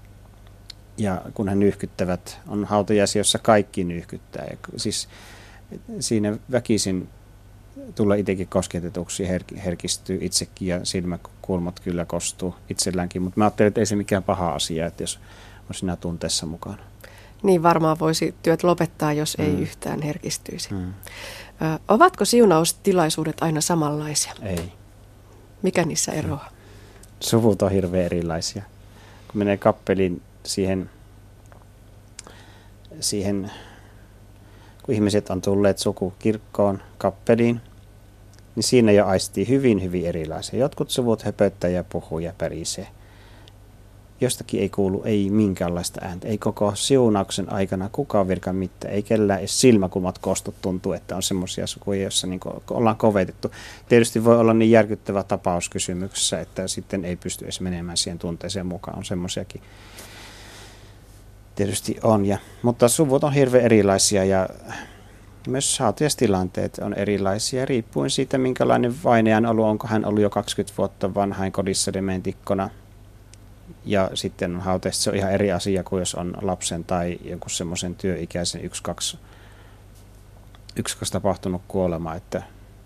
Ja kun he nyyhkyttävät, on hautajaisia, jossa kaikki nyyhkyttää. Ja siis siinä väkisin tulee itsekin kosketetuksi, herkistyy itsekin ja silmäkulmat kyllä kostuu itselläänkin. Mutta mä ajattelen, että ei se mikään paha asia, että jos on siinä tunteessa mukana. Niin varmaan voisi työt lopettaa, jos ei yhtään herkistyisi. Ovatko siunaustilaisuudet aina samanlaisia? Ei. Mikä niissä eroaa? Suvut on hirveän erilaisia. Kun menee kappeliin siihen kun ihmiset on tulleet sukukirkkoon kappeliin, niin siinä jo aistii hyvin, hyvin erilaisia. Jotkut suvut höpöttää ja puhuu ja pärisee. Jostakin ei kuulu ei minkäänlaista ääntä. Ei koko siunauksen aikana kukaan virka mitään. Ei kellään edes silmäkulmat kostu, tuntuu, että on semmoisia sukuja, joissa niin ollaan kovetettu. Tietysti voi olla niin järkyttävä tapaus kysymyksessä, että sitten ei pysty edes menemään siihen tunteeseen mukaan. On semmoisiakin. Tietysti on. Mutta suvut on hirveän erilaisia ja myös hautajastilanteet on erilaisia riippuen siitä, minkälainen vainaja on ollut. Onko hän ollut jo 20 vuotta vanhainkodissa dementikkona. Ja sitten hautajaisesti se on ihan eri asia kuin jos on lapsen tai jonkun semmoisen työikäisen 1-2 tapahtunut kuolema. Että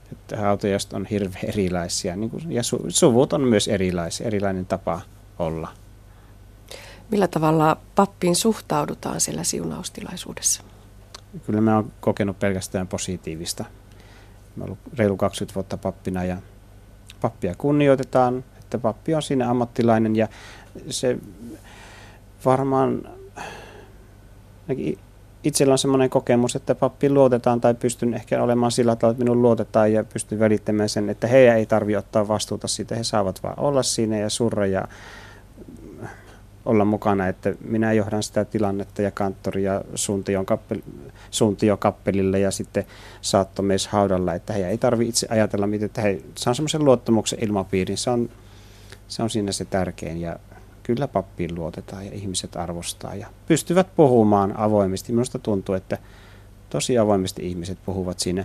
Että hautajaiset on hirveän erilaisia niin kuin, ja suvut on myös erilaisia, erilainen tapa olla. Millä tavalla pappiin suhtaudutaan siellä siunaustilaisuudessa? Kyllä mä oon kokenut pelkästään positiivista. Mä oon ollut reilu 20 vuotta pappina ja pappia kunnioitetaan, että pappi on siinä ammattilainen ja se varmaan itsellä on semmoinen kokemus, että pappiin luotetaan tai pystyn ehkä olemaan sillä tavalla, että minun luotetaan ja pystyn välittämään sen, että heidän ei tarvitse ottaa vastuuta siitä, he saavat vaan olla siinä ja surra ja olla mukana, että minä johdan sitä tilannetta ja kanttori ja suuntio kappelille ja sitten saattomies haudalla, että he ei tarvitse itse ajatella, että he saa semmoisen luottamuksen ilmapiirin, se on siinä se tärkein ja kyllä pappiin luotetaan ja ihmiset arvostaa ja pystyvät puhumaan avoimesti. Minusta tuntuu, että tosi avoimesti ihmiset puhuvat siinä,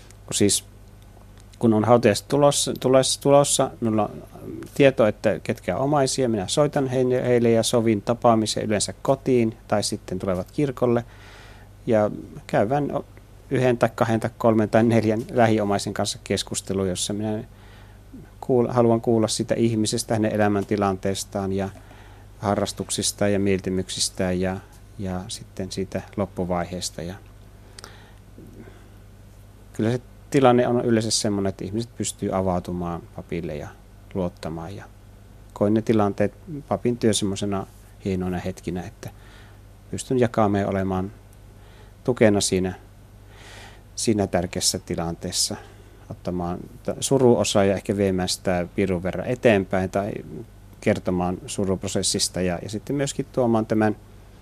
kun on hautajaiset tulossa, minulla on tieto, että ketkä on omaisia, minä soitan heille ja sovin tapaamisen yleensä kotiin tai sitten tulevat kirkolle ja käydään 1 tai 2 tai 3 tai 4 lähiomaisen kanssa keskustelua, jossa minä haluan kuulla sitä ihmisestä, hänen elämäntilanteestaan ja harrastuksista ja mieltymyksistä ja sitten siitä loppuvaiheesta. Ja kyllä se tilanne on yleensä semmoinen, että ihmiset pystyy avautumaan papille ja luottamaan. Ja koin ne tilanteet papin työ semmoisena hienoina hetkinä, että pystyn jakamaan ja olemaan tukena siinä tärkeässä tilanteessa, ottamaan suruosaa ja ehkä viemään sitä pirun verran eteenpäin tai kertomaan suruprosessista ja sitten myöskin tuomaan tämän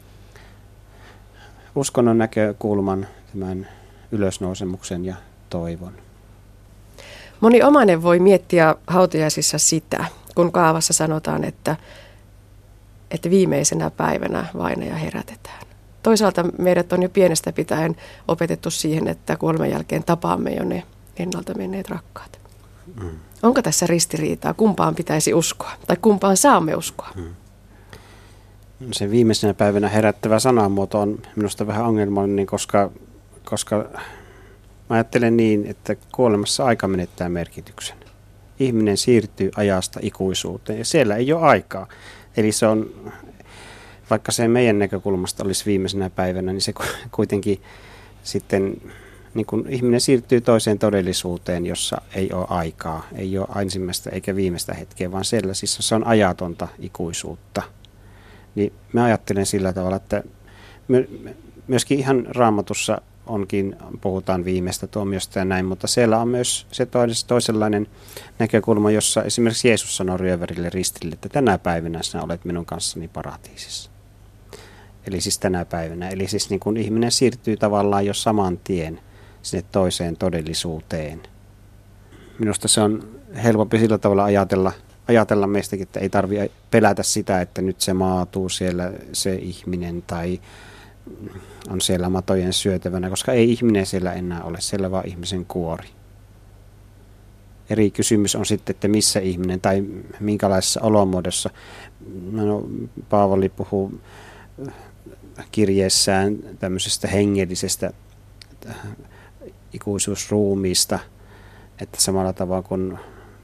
uskonnon näkökulman, tämän ylösnousemuksen ja toivon. Moni omainen voi miettiä hautajaisissa sitä, kun kaavassa sanotaan, että viimeisenä päivänä vainaja herätetään. Toisaalta meidät on jo pienestä pitäen opetettu siihen, että kuoleman jälkeen tapaamme jo ne ennalta menneet rakkaat. Onko tässä ristiriitaa? Kumpaan pitäisi uskoa? Tai kumpaan saamme uskoa? Se viimeisenä päivänä herättävä sanamuoto on minusta vähän ongelmallinen, koska mä ajattelen niin, että kuolemassa aika menettää merkityksen. Ihminen siirtyy ajasta ikuisuuteen ja siellä ei ole aikaa. Eli se on, vaikka se meidän näkökulmasta olisi viimeisenä päivänä, niin se kuitenkin sitten niin kun ihminen siirtyy toiseen todellisuuteen, jossa ei ole aikaa, ei ole ensimmäistä eikä viimeistä hetkeä, vaan sellaisissa se on ajatonta ikuisuutta. Niin mä ajattelen sillä tavalla, että myöskin ihan Raamatussa puhutaan viimeistä tuomiosta ja näin, mutta siellä on myös se toisenlainen näkökulma, jossa esimerkiksi Jeesus sanoi ryövärille ristille, että tänä päivänä sinä olet minun kanssani paratiisissa. Eli siis tänä päivänä. Eli siis niin kun ihminen siirtyy tavallaan jo saman tien sinne toiseen todellisuuteen. Minusta se on helpompi sillä tavalla ajatella meistäkin, että ei tarvitse pelätä sitä, että nyt se maatuu siellä se ihminen tai on siellä matojen syötävänä, koska ei ihminen siellä enää ole, siellä vaan ihmisen kuori. Eri kysymys on sitten, että missä ihminen tai minkälaisessa olomuodossa. Paavali puhuu kirjeessään tämmöisestä hengellisestä ikuisuusruumiista, että samalla tavalla kun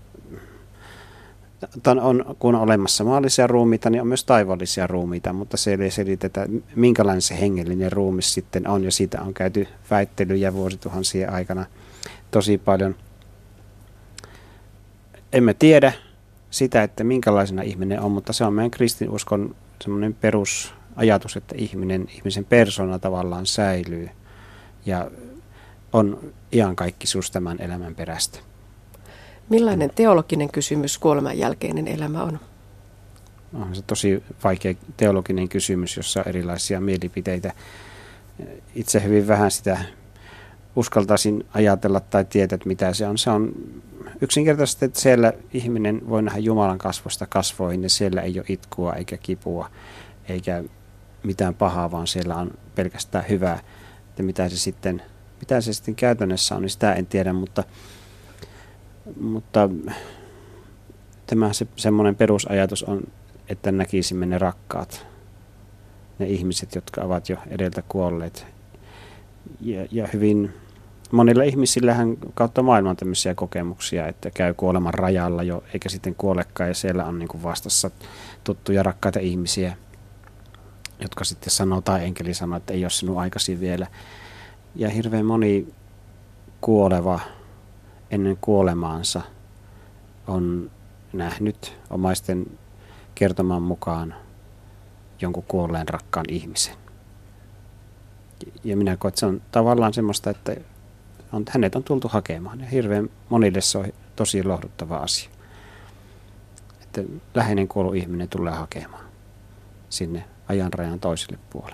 on olemassa maallisia ruumiita, niin on myös taivaallisia ruumiita, mutta se ei selitetä, minkälainen se hengellinen ruumis sitten on, ja siitä on käyty väittelyjä vuosituhansien aikana tosi paljon. Emme tiedä sitä, että minkälaisena ihminen on, mutta se on meidän kristinuskon semmoinen perusajatus, että ihmisen persona tavallaan säilyy ja on iankaikkisuus tämän elämän perästä. Millainen teologinen kysymys kuoleman jälkeinen elämä on? On se tosi vaikea teologinen kysymys, jossa on erilaisia mielipiteitä. Itse hyvin vähän sitä uskaltaisin ajatella tai tietää, että mitä se on. Se on yksinkertaisesti, että siellä ihminen voi nähdä Jumalan kasvosta kasvoihin ja siellä ei ole itkua eikä kipua eikä mitään pahaa, vaan siellä on pelkästään hyvää. Että mitä se sitten käytännössä on, niin sitä en tiedä, mutta tämä semmoinen perusajatus on, että näkisimme ne rakkaat, ne ihmiset, jotka ovat jo edeltä kuolleet. Ja hyvin monilla ihmisillähän kautta maailman tämmöisiä kokemuksia, että käy kuoleman rajalla jo, eikä sitten kuolekaan, ja siellä on niin kuin vastassa tuttuja rakkaita ihmisiä, jotka sitten sanoo, tai enkeli sanoo, että ei ole sinun aikasi vielä. Ja hirveän moni kuoleva ennen kuolemaansa on nähnyt omaisten kertoman mukaan jonkun kuolleen rakkaan ihmisen. Ja minä koen, että se on tavallaan semmoista, että hänet on tultu hakemaan. Ja hirveän monille se on tosi lohduttava asia. Että läheinen kuollut ihminen tulee hakemaan sinne ajanrajan toiselle puolelle.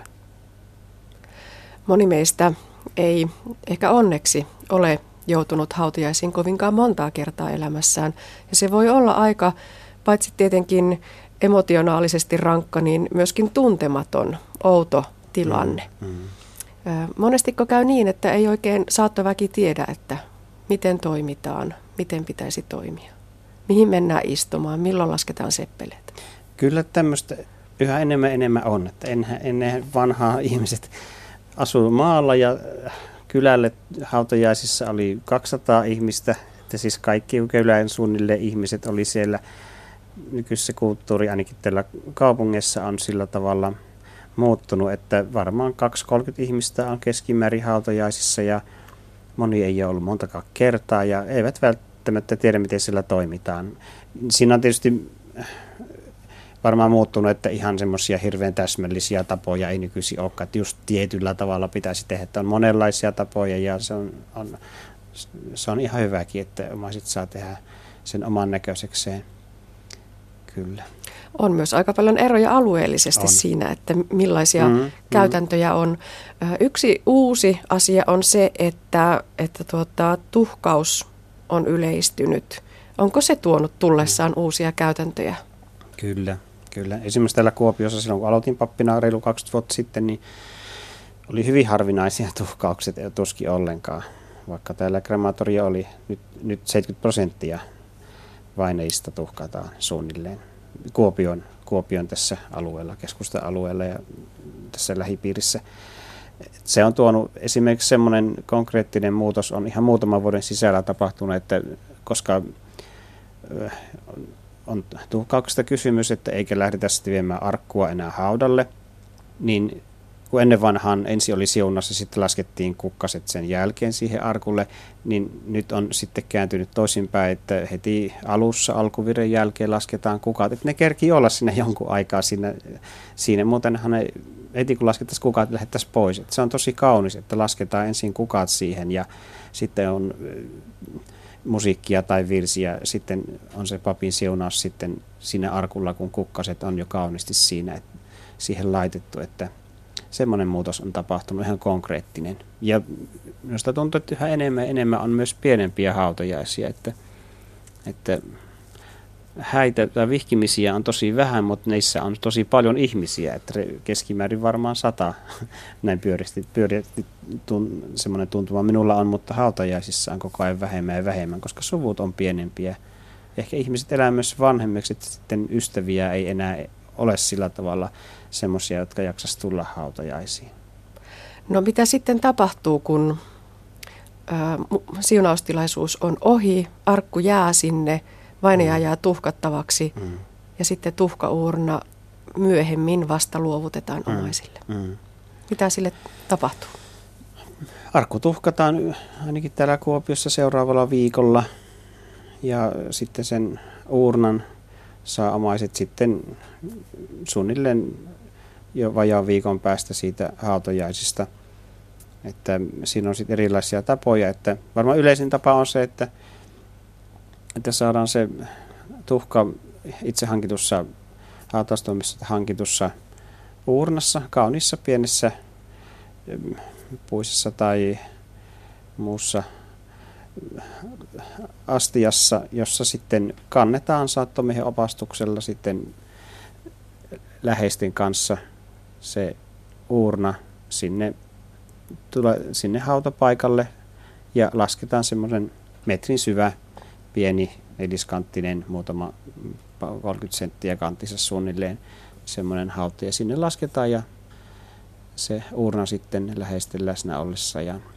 Moni meistä ei ehkä onneksi ole joutunut hautajaisiin kovinkaan montaa kertaa elämässään. Ja se voi olla aika, paitsi tietenkin emotionaalisesti rankka, niin myöskin tuntematon, outo tilanne. Monestiko käy niin, että ei oikein saattoväki tiedä, että miten toimitaan, miten pitäisi toimia? Mihin mennään istumaan, milloin lasketaan seppeleet? Kyllä tämmöistä yhä enemmän on. Että ennen vanhaa ihmiset asuivat maalla ja kylälle hautajaisissa oli 200 ihmistä. Että siis kaikki kylän suunnilleen ihmiset oli siellä. Nykyisessä kulttuuri ainakin täällä kaupungissa on sillä tavalla muuttunut, että varmaan 2-30 ihmistä on keskimäärin hautajaisissa ja moni ei ole ollut montakaan kertaa ja eivät välttämättä tiedä, miten sillä toimitaan. Siinä on tietysti varmaan muuttunut, että ihan semmoisia hirveän täsmällisiä tapoja ei nykyisin olekaan, että just tietyllä tavalla pitäisi tehdä, että on monenlaisia tapoja ja se on ihan hyväkin, että omaiset saa tehdä sen oman näköisekseen. Kyllä. On myös aika paljon eroja alueellisesti siinä, että millaisia käytäntöjä on. Yksi uusi asia on se, että tuhkaus on yleistynyt. Onko se tuonut tullessaan uusia käytäntöjä? Kyllä. Esimerkiksi täällä Kuopiossa silloin, kun aloitin pappina reilu 20 vuotta sitten, niin oli hyvin harvinaisia tuhkaukset, ei tuskin ollenkaan. Vaikka täällä krematorio oli nyt 70% vaineista tuhkataan suunnilleen. Kuopion tässä alueella, keskusta-alueella ja tässä lähipiirissä. Se on tuonut esimerkiksi semmoinen konkreettinen muutos on ihan muutaman vuoden sisällä tapahtunut, että koska on tuhkauksesta kysymys, että eikä lähdetä sitten viemään arkkua enää haudalle, niin kun ennen vanhaan ensin oli siunassa, sitten laskettiin kukkaset sen jälkeen siihen arkulle, niin nyt on sitten kääntynyt toisinpäin, että heti alussa alkuviren jälkeen lasketaan kukat, että ne kerkii olla siinä jonkun aikaa siinä. Muutenhan ne, heti kun laskettaisiin kukat, lähettäisiin pois. Että se on tosi kaunis, että lasketaan ensin kukat siihen ja sitten on musiikkia tai virsiä, sitten on se papin siunaus sitten siinä arkulla, kun kukkaset on jo kauniisti siinä, siihen laitettu, että semmoinen muutos on tapahtunut ihan konkreettinen. Ja minusta tuntuu, että yhä enemmän on myös pienempiä hautajaisia, että häitä tai vihkimisiä on tosi vähän, mutta niissä on tosi paljon ihmisiä, että keskimäärin varmaan 100 näin pyöristi semmoinen tuntuma minulla on, mutta hautajaisissa on koko ajan vähemmän ja vähemmän, koska suvut on pienempiä. Ehkä ihmiset elää myös vanhemmiksi, että sitten ystäviä ei enää ole sillä tavalla semmoisia, jotka jaksaisi tulla hautajaisiin. No mitä sitten tapahtuu, kun siunaustilaisuus on ohi, arkku jää sinne, vainaja jää tuhkattavaksi ja sitten tuhkauurna myöhemmin vasta luovutetaan omaisille? Mitä sille tapahtuu? Arkku tuhkataan ainakin täällä Kuopiossa seuraavalla viikolla ja sitten sen uurnan saa omaiset sitten suunnilleen jo vajaan viikon päästä siitä hautajaisista. Että siinä on sitten erilaisia tapoja. Että varmaan yleisin tapa on se, että saadaan se tuhka itse hankitussa hautaustoimissa hankitussa uurnassa, kauniissa pienessä puisessa tai muussa astiassa, jossa sitten kannetaan saattomiehen opastuksella sitten läheisten kanssa se uurna sinne hautapaikalle ja lasketaan semmoisen metrin syvä pieni neliskanttinen, muutama 30 senttiä kantissa suunnilleen semmoinen hauta ja sinne lasketaan ja se uurna sitten läheisten läsnä ollessa ja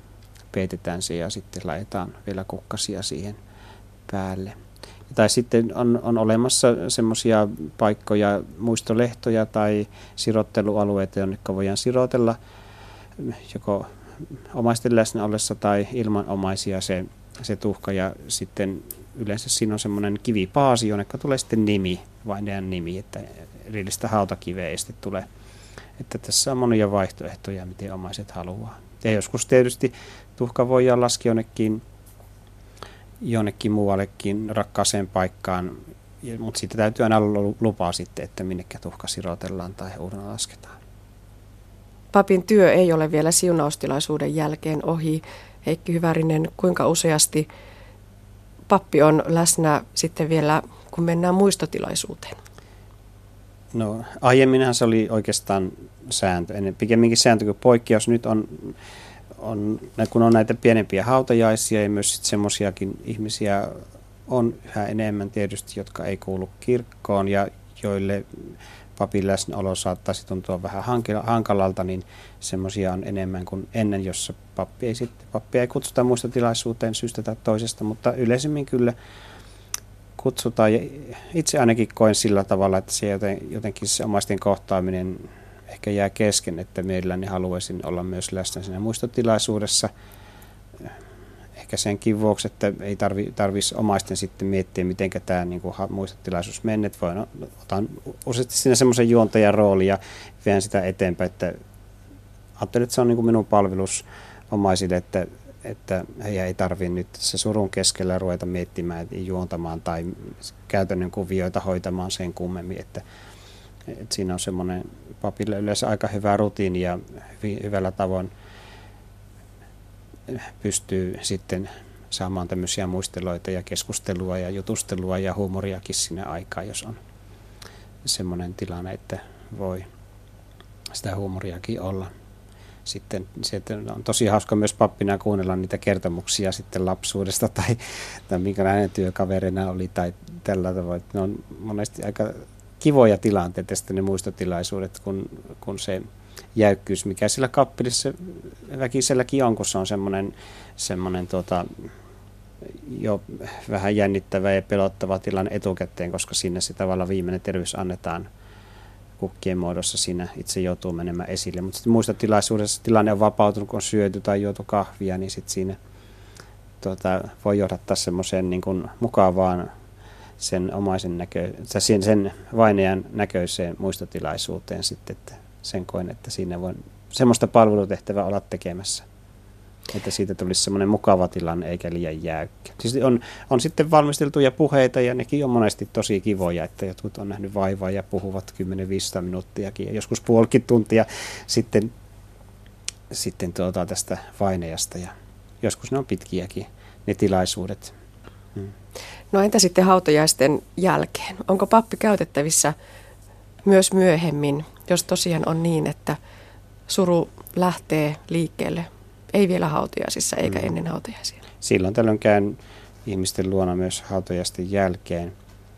peitetään se ja sitten laitetaan vielä kukkasia siihen päälle. Tai sitten on olemassa semmoisia paikkoja, muistolehtoja tai sirottelualueita, jonne voidaan sirotella joko omaisten läsnä ollessa tai ilman omaisia se tuhka. Ja sitten yleensä siinä on semmoinen kivipaasi, jonne tulee sitten nimi, vainajan nimi, että erillistä hautakiveä ei sitten tule. Että tässä on monia vaihtoehtoja, miten omaiset haluaa. Ja joskus tietysti tuhka voidaan laskea jonnekin muuallekin rakkaaseen paikkaan, mutta siitä täytyy aina olla lupaa sitten, että minnekä tuhka sirotellaan tai uudena lasketaan. Papin työ ei ole vielä siunaustilaisuuden jälkeen ohi. Heikki Hyvärinen, kuinka useasti pappi on läsnä sitten vielä, kun mennään muistotilaisuuteen? No aiemminhan se oli oikeastaan sääntö, pikemminkin sääntö kuin poikkeus. Nyt kun on näitä pienempiä hautajaisia ja myös semmoisiakin ihmisiä on yhä enemmän tietysti, jotka ei kuulu kirkkoon ja joille papin läsnäolo saattaisi tuntua vähän hankalalta, niin semmoisia on enemmän kuin ennen, jossa pappia ei kutsuta muistotilaisuuteen syystä tai toisesta, mutta yleisemmin kyllä kutsutaan. Ja itse ainakin koen sillä tavalla, että se jotenkin se omaisten kohtaaminen ehkä jää kesken, että mielelläni haluaisin olla myös läsnä siinä muistotilaisuudessa. Ehkä senkin vuoksi, että ei tarvitsisi omaisten sitten miettiä, miten tämä niin kuin muistotilaisuus menee. Otan useasti siinä semmoisen juontajan roolin ja vien sitä eteenpäin, että ajattelin, että se on niin kuin minun palvelus omaisille, että heidän ei tarvitse nyt se surun keskellä ruveta miettimään ja juontamaan tai käytännön kuvioita hoitamaan sen kummemmin, että siinä on semmoinen papille yleensä aika hyvä rutiini ja hyvällä tavoin pystyy sitten saamaan tämmöisiä muisteloita ja keskustelua ja jutustelua ja huumoriakin sinne aikaan, jos on semmoinen tilanne, että voi sitä huumoriakin olla. Sitten on tosi hauska myös pappina kuunnella niitä kertomuksia sitten lapsuudesta tai minkälainen työkaverina oli tai tällä tavoin. Ne on monesti aika kivoja tilanteita sitten ne muistotilaisuudet, kun se jäykkyys, mikä sillä kappelissa väkiselläkin on, kun se on semmoinen jo vähän jännittävä ja pelottava tilanne etukäteen, koska sinne se tavallaan viimeinen terveys annetaan kukkien muodossa, siinä itse joutuu menemään esille. Mutta sitten muistotilaisuudessa tilanne on vapautunut, kun on syöty tai juotu kahvia, niin sitten siinä voi johdattaa semmoiseen niin kuin mukavaan sen omaisen sen vainajan näköiseen muistotilaisuuteen sitten, että sen koen, että siinä voi semmoista palvelutehtävää olla tekemässä, että siitä tulisi semmoinen mukava tilanne eikä liian jäykkä. Siis on sitten valmisteltuja puheita ja nekin on monesti tosi kivoja, että jotkut on nähnyt vaivaa ja puhuvat 10-15 minuuttiakin ja joskus puolikin tuntia sitten tästä vainajasta ja joskus ne on pitkiäkin ne tilaisuudet. No entä sitten hautajaisten jälkeen? Onko pappi käytettävissä myös myöhemmin, jos tosiaan on niin, että suru lähtee liikkeelle, ei vielä hautajaisissa eikä ennen hautajaisia? Silloin tällöin käyn ihmisten luona myös hautajaisten jälkeen.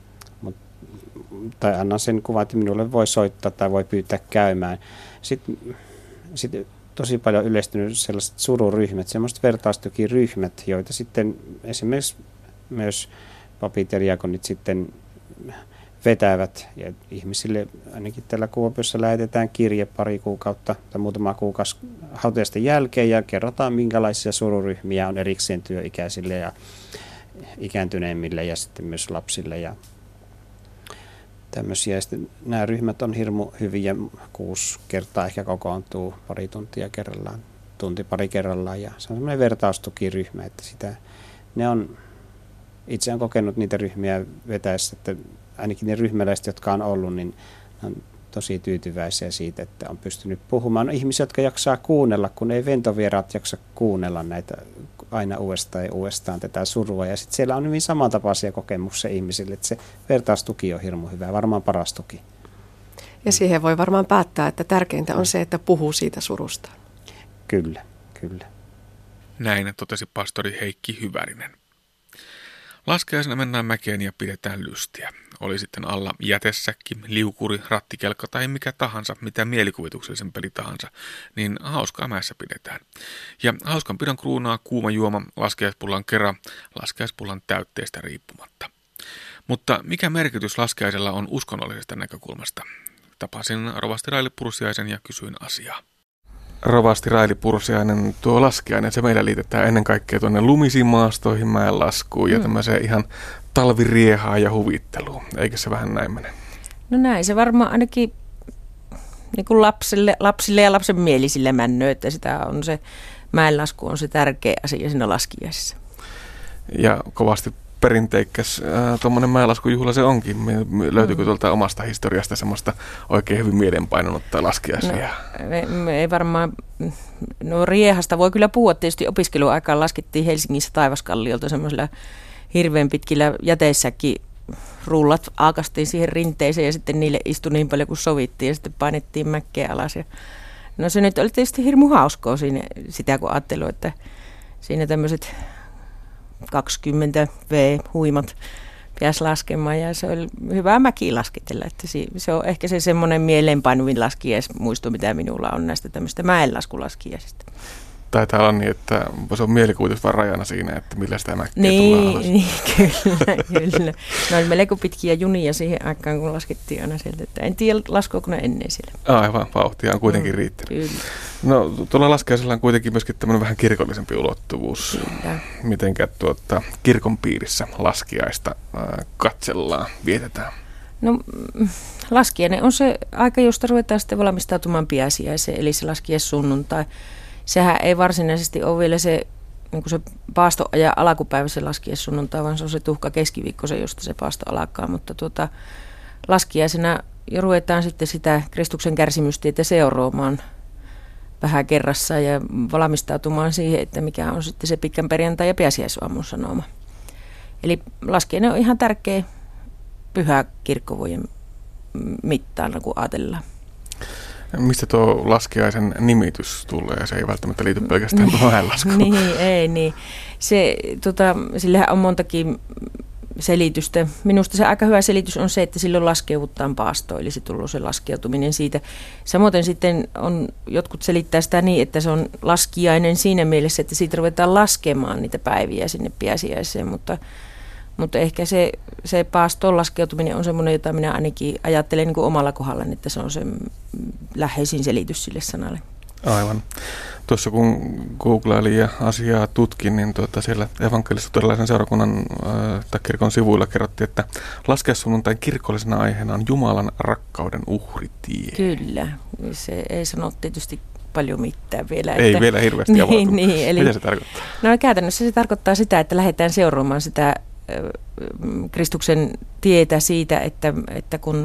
Tai annan sen kuvan, että minulle voi soittaa tai voi pyytää käymään. Sitten tosi paljon yleistynyt sellaiset sururyhmät, sellaiset vertaistukiryhmät, joita sitten esimerkiksi myös papit ja diakonit sitten vetävät. Ja ihmisille ainakin täällä Kuopiossa lähetetään kirje pari kuukautta tai muutama kuukausi hautajaisten jälkeen ja kerrotaan, minkälaisia sururyhmiä on erikseen työikäisille ja ikääntyneemmille ja sitten myös lapsille ja tämmöisiä. Ja sitten nämä ryhmät on hirmu hyviä, 6 kertaa ehkä kokoontuu pari tuntia kerrallaan, tunti pari kerrallaan ja se on semmoinen vertaustukiryhmä, että itse olen kokenut niitä ryhmiä vetäessä, että ainakin ne ryhmäläiset, jotka on ollut, niin on tosi tyytyväisiä siitä, että on pystynyt puhumaan. On ihmisiä, jotka jaksaa kuunnella, kun ei ventovieraat jaksa kuunnella näitä aina uudestaan ja uudestaan tätä surua. Ja sitten siellä on hyvin samantapaisia kokemuksia ihmisille, että se vertaustuki on hirmu hyvä, varmaan paras tuki. Ja siihen voi varmaan päättää, että tärkeintä on se, että puhuu siitä surusta. Kyllä. Näin totesi pastori Heikki Hyvärinen. Laskiaisena mennään mäkeen ja pidetään lystiä. oli sitten alla jätesäkki, liukuri, rattikelkka tai mikä tahansa, mitä mielikuvituksellisen peli tahansa, niin hauskaa mäessä pidetään. Ja hauskanpidon kruunaa kuuma juoma laskiaispullan kera laskiaispullan täytteestä riippumatta. Mutta mikä merkitys laskiaisella on uskonnollisesta näkökulmasta? Tapasin rovasti Raili Pursiaisen ja kysyin asiaa. Rovasti Raili Pursiainen, tuo laskiainen, se meillä liitetään ennen kaikkea tuonne lumisiin maastoihin, mäenlaskuun ja tämmöiseen ihan talviriehaan ja huvitteluun. Eikö se vähän näin mene? No näin, se varmaan ainakin niin kuin lapsille ja lapsen mielisille männöö, että sitä on se mäenlasku on se tärkeä asia siinä laskiaisessa. Ja kovasti perinteikäs tuommoinen mäenlaskujuhla se onkin. Löytyykö tuolta omasta historiasta semmoista oikein hyvin mielenpainunutta laskiaisia? No, ei varmaan. No riehasta voi kyllä puhua. Tietysti opiskeluaikaan laskettiin Helsingissä Taivaskalliolta semmoisilla hirveän pitkillä jäteissäkin rullat aakastiin siihen rinteeseen ja sitten niille istui niin paljon kuin sovittiin ja sitten painettiin mäkkeä alas. Ja no se nyt oli tietysti hirmu hauskaa siinä, sitä kun ajattelu, että siinä tämmöiset 20 V-huimat pääsi laskemaan ja se oli hyvä mäki lasketella. Että se on ehkä se semmoinen mieleenpainuvin laskiaismuisto, mitä minulla on näistä tämmöistä mäenlaskulaskiaisista. Taitaa olla niin, että se on mielikuvitus vaan rajana siinä, että millä sitä mäkkiä tullaan alas. Niin, kyllä. No oli melko pitkiä junia siihen aikaan, kun laskettiin aina sieltä. Että en tiedä, laskoako ne ennen siellä. Aivan, vauhtia on kuitenkin riittänyt. Kyllä. No tuolla laskiaisella on kuitenkin myöskin tämmöinen vähän kirkollisempi ulottuvuus. Kyllä. Mitenkä kirkon piirissä laskiaista katsellaan, vietetään? No laskiainen on se aika, josta ruvetaan sitten valmistautumaan pääsiäiseen, eli se laskiaissunnuntai. Sehän ei varsinaisesti ole vielä se, niin se paastoajan alkupäivä se laskiaissunnuntai, vaan se on se tuhka keskiviikko, se josta se paasto alkaa. Mutta laskiaisena jo ruvetaan sitten sitä Kristuksen kärsimystietä seuraamaan vähän kerrassa ja valmistautumaan siihen, että mikä on sitten se pitkän perjantai- ja pääsiäisaamun sanoma. Eli laskiainen on ihan tärkeä pyhä kirkkovuoden mittaan, kun ajatellaan. Mistä tuo laskiaisen nimitys tulee? Se ei välttämättä liity pelkästään mäenlaskuun. Niin. Sillähän on montakin selitystä. Minusta se aika hyvä selitys on se, että silloin laskeudutaan paastoon, eli se tullut se laskeutuminen siitä. Samoin sitten jotkut selittää sitä niin, että se on laskiainen siinä mielessä, että siitä ruvetaan laskemaan niitä päiviä sinne pääsiäiseen, mutta ehkä se paastoon laskeutuminen on semmoinen, jota minä ainakin ajattelen niin kuin omalla kohdallani, että se on se läheisin selitys sille sanalle. Aivan. Tuossa kun googlailin ja asiaa tutkin, niin siellä evankelis-luterilaisen seurakunnan tai kirkon sivuilla kerrottiin, että laskiaissunnuntain kirkollisena aiheena on Jumalan rakkauden uhritie. Kyllä. Se ei sano tietysti paljon mitään vielä. Ei vielä hirveästi avautunut. Eli, mitä se tarkoittaa? No käytännössä se tarkoittaa sitä, että lähdetään seuraamaan sitä Kristuksen tietä siitä, että kun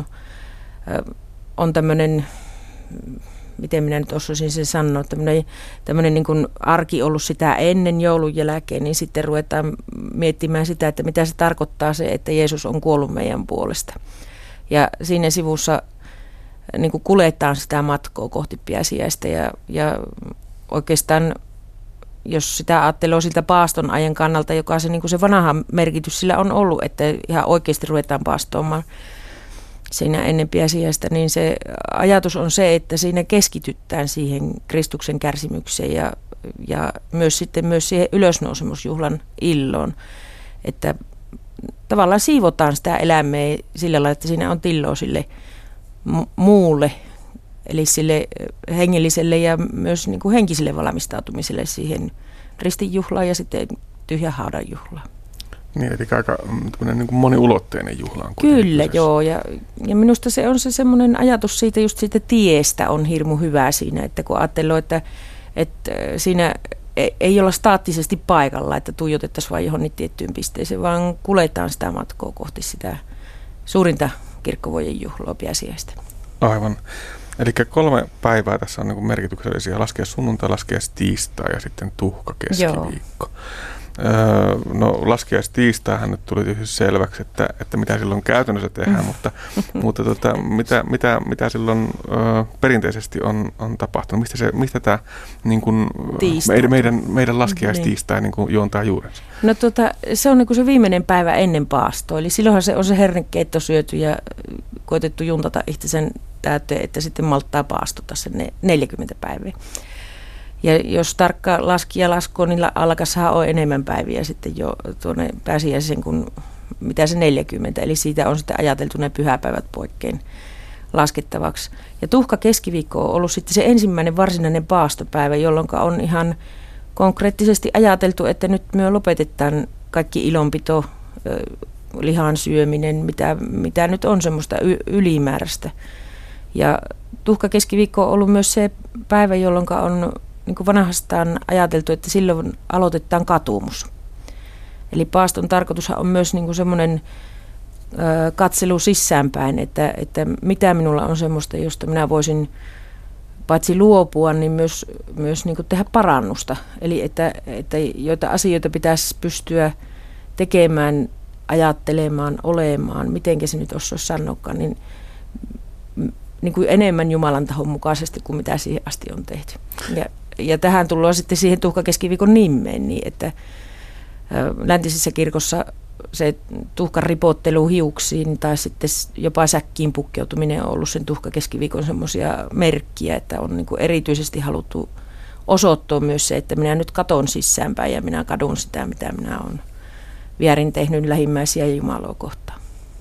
on tämmöinen, miten minä nyt osaisin sen sanoa, tämmöinen niin kuin arki ollut sitä ennen joulun jälkeen, niin sitten ruvetaan miettimään sitä, että mitä se tarkoittaa se, että Jeesus on kuollut meidän puolesta. Ja siinä sivussa niin kuin kuljetaan sitä matkoa kohti pääsiäistä ja oikeastaan jos sitä ajattelee siltä paaston ajan kannalta, joka se, niin kuin se vanha merkitys sillä on ollut, että ihan oikeasti ruvetaan paastoamaan siinä ennen pääsiäistä, niin se ajatus on se, että siinä keskitytään siihen Kristuksen kärsimykseen ja myös siihen ylösnousemusjuhlan illoon, että tavallaan siivotaan sitä elämää sillä lailla, että siinä on tilloa sille muulle, eli sille hengelliselle ja myös niin kuin henkiselle valmistautumiselle siihen ristinjuhlaan ja sitten tyhjän haudan juhlaan. Niin, eli aika niin kuin moniulotteinen juhla on. Kyllä, joo. Ja minusta se on se semmoinen ajatus siitä just siitä tiestä on hirmu hyvä siinä, että kun ajattelee, että siinä ei olla staattisesti paikalla, että tuijotettaisiin vain johonkin tiettyyn pisteeseen, vaan kuljetaan sitä matkoa kohti sitä suurinta kirkkovuoden juhlaa pääsiäistä. Aivan. Eli 3 päivää tässä on niin kuin merkityksellisiä. Laskea sunnuntai, laskea tiistai ja sitten tuhka keskiviikko. No laskiaistiistaihan nyt tuli tietysti selväksi, että mitä silloin käytännössä tehdään, mutta mitä silloin perinteisesti on tapahtunut? Mistä tämä niin kuin, meidän laskiaistiistai niin kuin juontaa juurensa? No se on niin kuin se viimeinen päivä ennen paastoa, eli silloinhan se on se hernekeitto syöty ja koetettu juntata itsensä täyteen, että sitten malttaa paastota sen 40 päivää. Ja jos tarkka laskija laskoo, niin alkassahan on enemmän päiviä sitten jo tuonne pääsiäisen kuin mitä se 40. Eli siitä on sitten ajateltu ne pyhäpäivät poikkein laskettavaksi. Ja tuhka keskiviikko on ollut sitten se ensimmäinen varsinainen paastopäivä, jolloin on ihan konkreettisesti ajateltu, että nyt me lopetetaan kaikki ilonpito, lihan syöminen, mitä nyt on semmoista ylimääräistä. Ja tuhka keskiviikko on ollut myös se päivä, jolloin on niin kuin vanhastaan ajateltu, että silloin aloitetaan katumus. Eli paaston tarkoitushan on myös niin kuin semmoinen katselu sisäänpäin, että mitä minulla on semmoista, josta minä voisin paitsi luopua, niin myös niin kuin tehdä parannusta. Eli että joita asioita pitäisi pystyä tekemään, ajattelemaan, olemaan, mitenkä se nyt osaisi sanoakaan, niin kuin enemmän Jumalan tahon mukaisesti kuin mitä siihen asti on tehty. Ja tähän tullaan sitten siihen tuhkakeskiviikon nimeen, niin että läntisessä kirkossa se tuhkan ripottelu hiuksiin tai sitten jopa säkkiin pukkeutuminen on ollut sen tuhkakeskiviikon semmoisia merkkiä, että on niin kuin erityisesti haluttu osoittaa myös se, että minä nyt katon sisäänpäin ja minä kadun sitä, mitä minä olen väärin tehnyt lähimmäisiä ja Jumalaa kohtaan.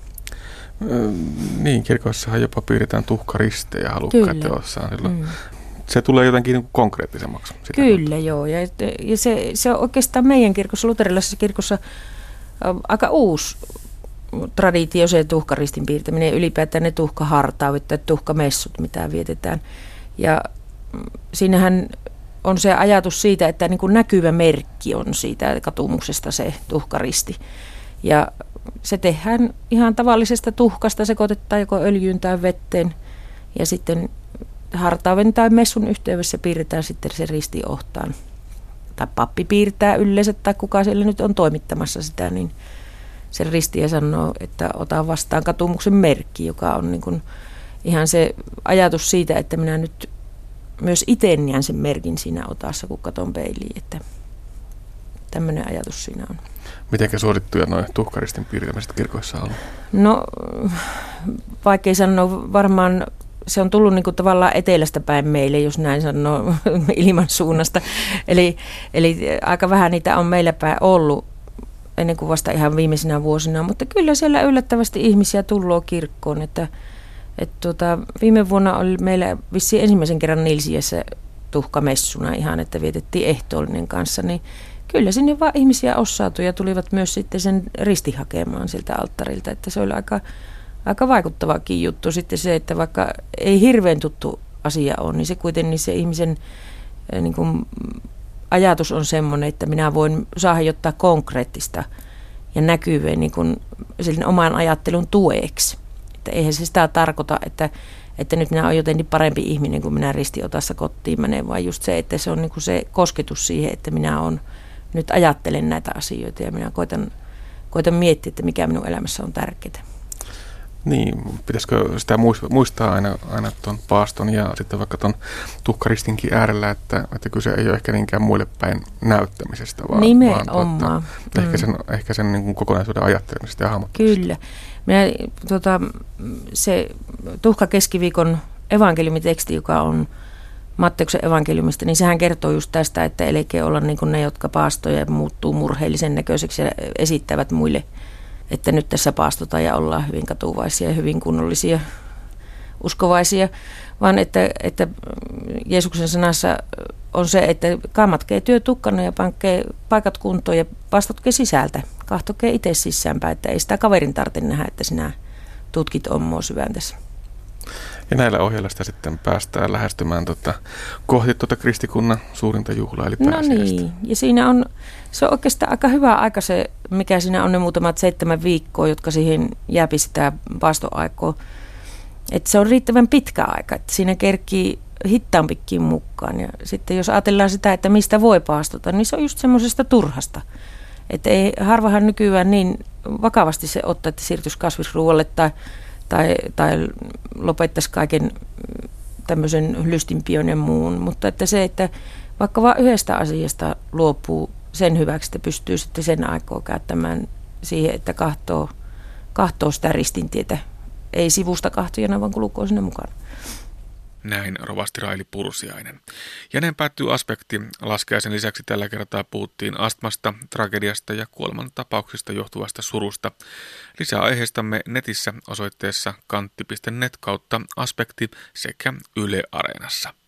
Niin, kirkoissahan jopa piirretään tuhkaristejä halukkaat teossaan silloin. Se tulee jotenkin niin konkreettisemmaksi. Kyllä, joo. Ja se on oikeastaan meidän kirkossa, luterilaisessa kirkossa, aika uusi traditio, se tuhkaristin piirtäminen, ylipäätään ne tuhkahartaudet tai tuhkamessut, mitä vietetään. Ja siinähän on se ajatus siitä, että niin kuin näkyvä merkki on siitä katumuksesta se tuhkaristi. Ja se tehdään ihan tavallisesta tuhkasta, sekoitetaan joko öljyyn tai vetteen ja sitten hartauden tai messun yhteydessä piirretään sitten se risti ohtaan. Tai pappi piirtää yleensä tai kuka siellä nyt on toimittamassa sitä, niin se ristiä sanoo, että ota vastaan katumuksen merkki, joka on niin kuin ihan se ajatus siitä, että minä nyt myös itse näen sen merkin siinä otassa, kun katon peiliin, että tämmöinen ajatus siinä on. Mitenkä suosittuja nuo tuhkaristin piirtämiset kirkoissa on? No, vaikea sanoa, varmaan se on tullut niin kuin tavallaan etelästä päin meille, jos näin sanoo, ilman suunnasta. Eli aika vähän niitä on meillä päin ollut ennen kuin vasta ihan viimeisinä vuosina, mutta kyllä siellä yllättävästi ihmisiä tullut kirkkoon. Että viime vuonna oli meillä vissiin ensimmäisen kerran Nilsiässä tuhkamessuna ihan, että vietettiin ehtoollinen kanssa, niin kyllä sinne vaan ihmisiä ossautui ja tulivat myös sitten sen risti hakemaan siltä alttarilta, että se oli aika vaikuttavakin juttu sitten se, että vaikka ei hirveän tuttu asia ole, niin se kuitenkin se ihmisen niin kuin, ajatus on semmoinen, että minä voin saada jotain konkreettista ja näkyvää niin kuin sen oman ajattelun tueksi. Että eihän se sitä tarkoita, että nyt minä olen jotenkin parempi ihminen, kun minä ristiotassa kotiin menen, vaan just se, että se on niin kuin se kosketus siihen, että minä nyt ajattelen näitä asioita ja minä koitan miettiä, että mikä minun elämässä on tärkeää. Niin, pitäisikö sitä muistaa aina tuon paaston ja sitten vaikka tuon tuhkaristinkin äärellä, että kyse ei ole ehkä niinkään muille päin näyttämisestä, vaan nimenomaan. Ehkä sen niin kuin kokonaisuuden ajattelemisesta ja hahmottamisesta. Kyllä. Se tuhkakeskiviikon evankeliumiteksti, joka on Matteuksen evankeliumista, niin sehän kertoo just tästä, että älkää olla niin kuin ne, jotka paastoja muuttuu murheellisen näköiseksi ja esittävät muille, että nyt tässä paastotaan ja ollaan hyvin katuvaisia ja hyvin kunnollisia uskovaisia, vaan että Jeesuksen sanassa on se, että kammatkee työ tukkana ja pankkee paikat kuntoon ja paastotkee sisältä. Kahtokee itse sisäänpäin, että ei sitä kaverin tarvitse nähdä, että sinä tutkit ommoa syväntässä. Ja näillä ohjeilla sitä sitten päästään lähestymään kohti kristikunnan suurinta juhlaa, eli pääsiäistä. No niin, ja se on oikeastaan aika hyvä aika se, mikä siinä on ne muutamat 7 viikkoa, jotka siihen jääpi sitä paastoaikaa. Että se on riittävän pitkä aika, että siinä kerkii hittaampikin mukaan. Ja sitten jos ajatellaan sitä, että mistä voi paastuta, niin se on just semmoisesta turhasta. Että ei harvahan nykyään niin vakavasti se ottaa, että siirtyisi kasvisruualle tai lopettaisi kaiken tämmöisen lystinpion ja muun. Mutta että se, että vaikka vain yhdestä asiasta luopuu sen hyväksi, että pystyy sitten sen aikaa käyttämään siihen, että kahtoo sitä ristintietä. Ei sivusta kahtojana, vaan kulkoo sinne mukaan. Näin rovasti Raili Pursiainen. Ja näin päättyy aspekti. Laskiaisen lisäksi tällä kertaa puhuttiin astmasta, tragediasta ja kuolemantapauksista johtuvasta surusta. Lisää aiheistamme netissä osoitteessa kantti.net/aspekti sekä Yle Areenassa.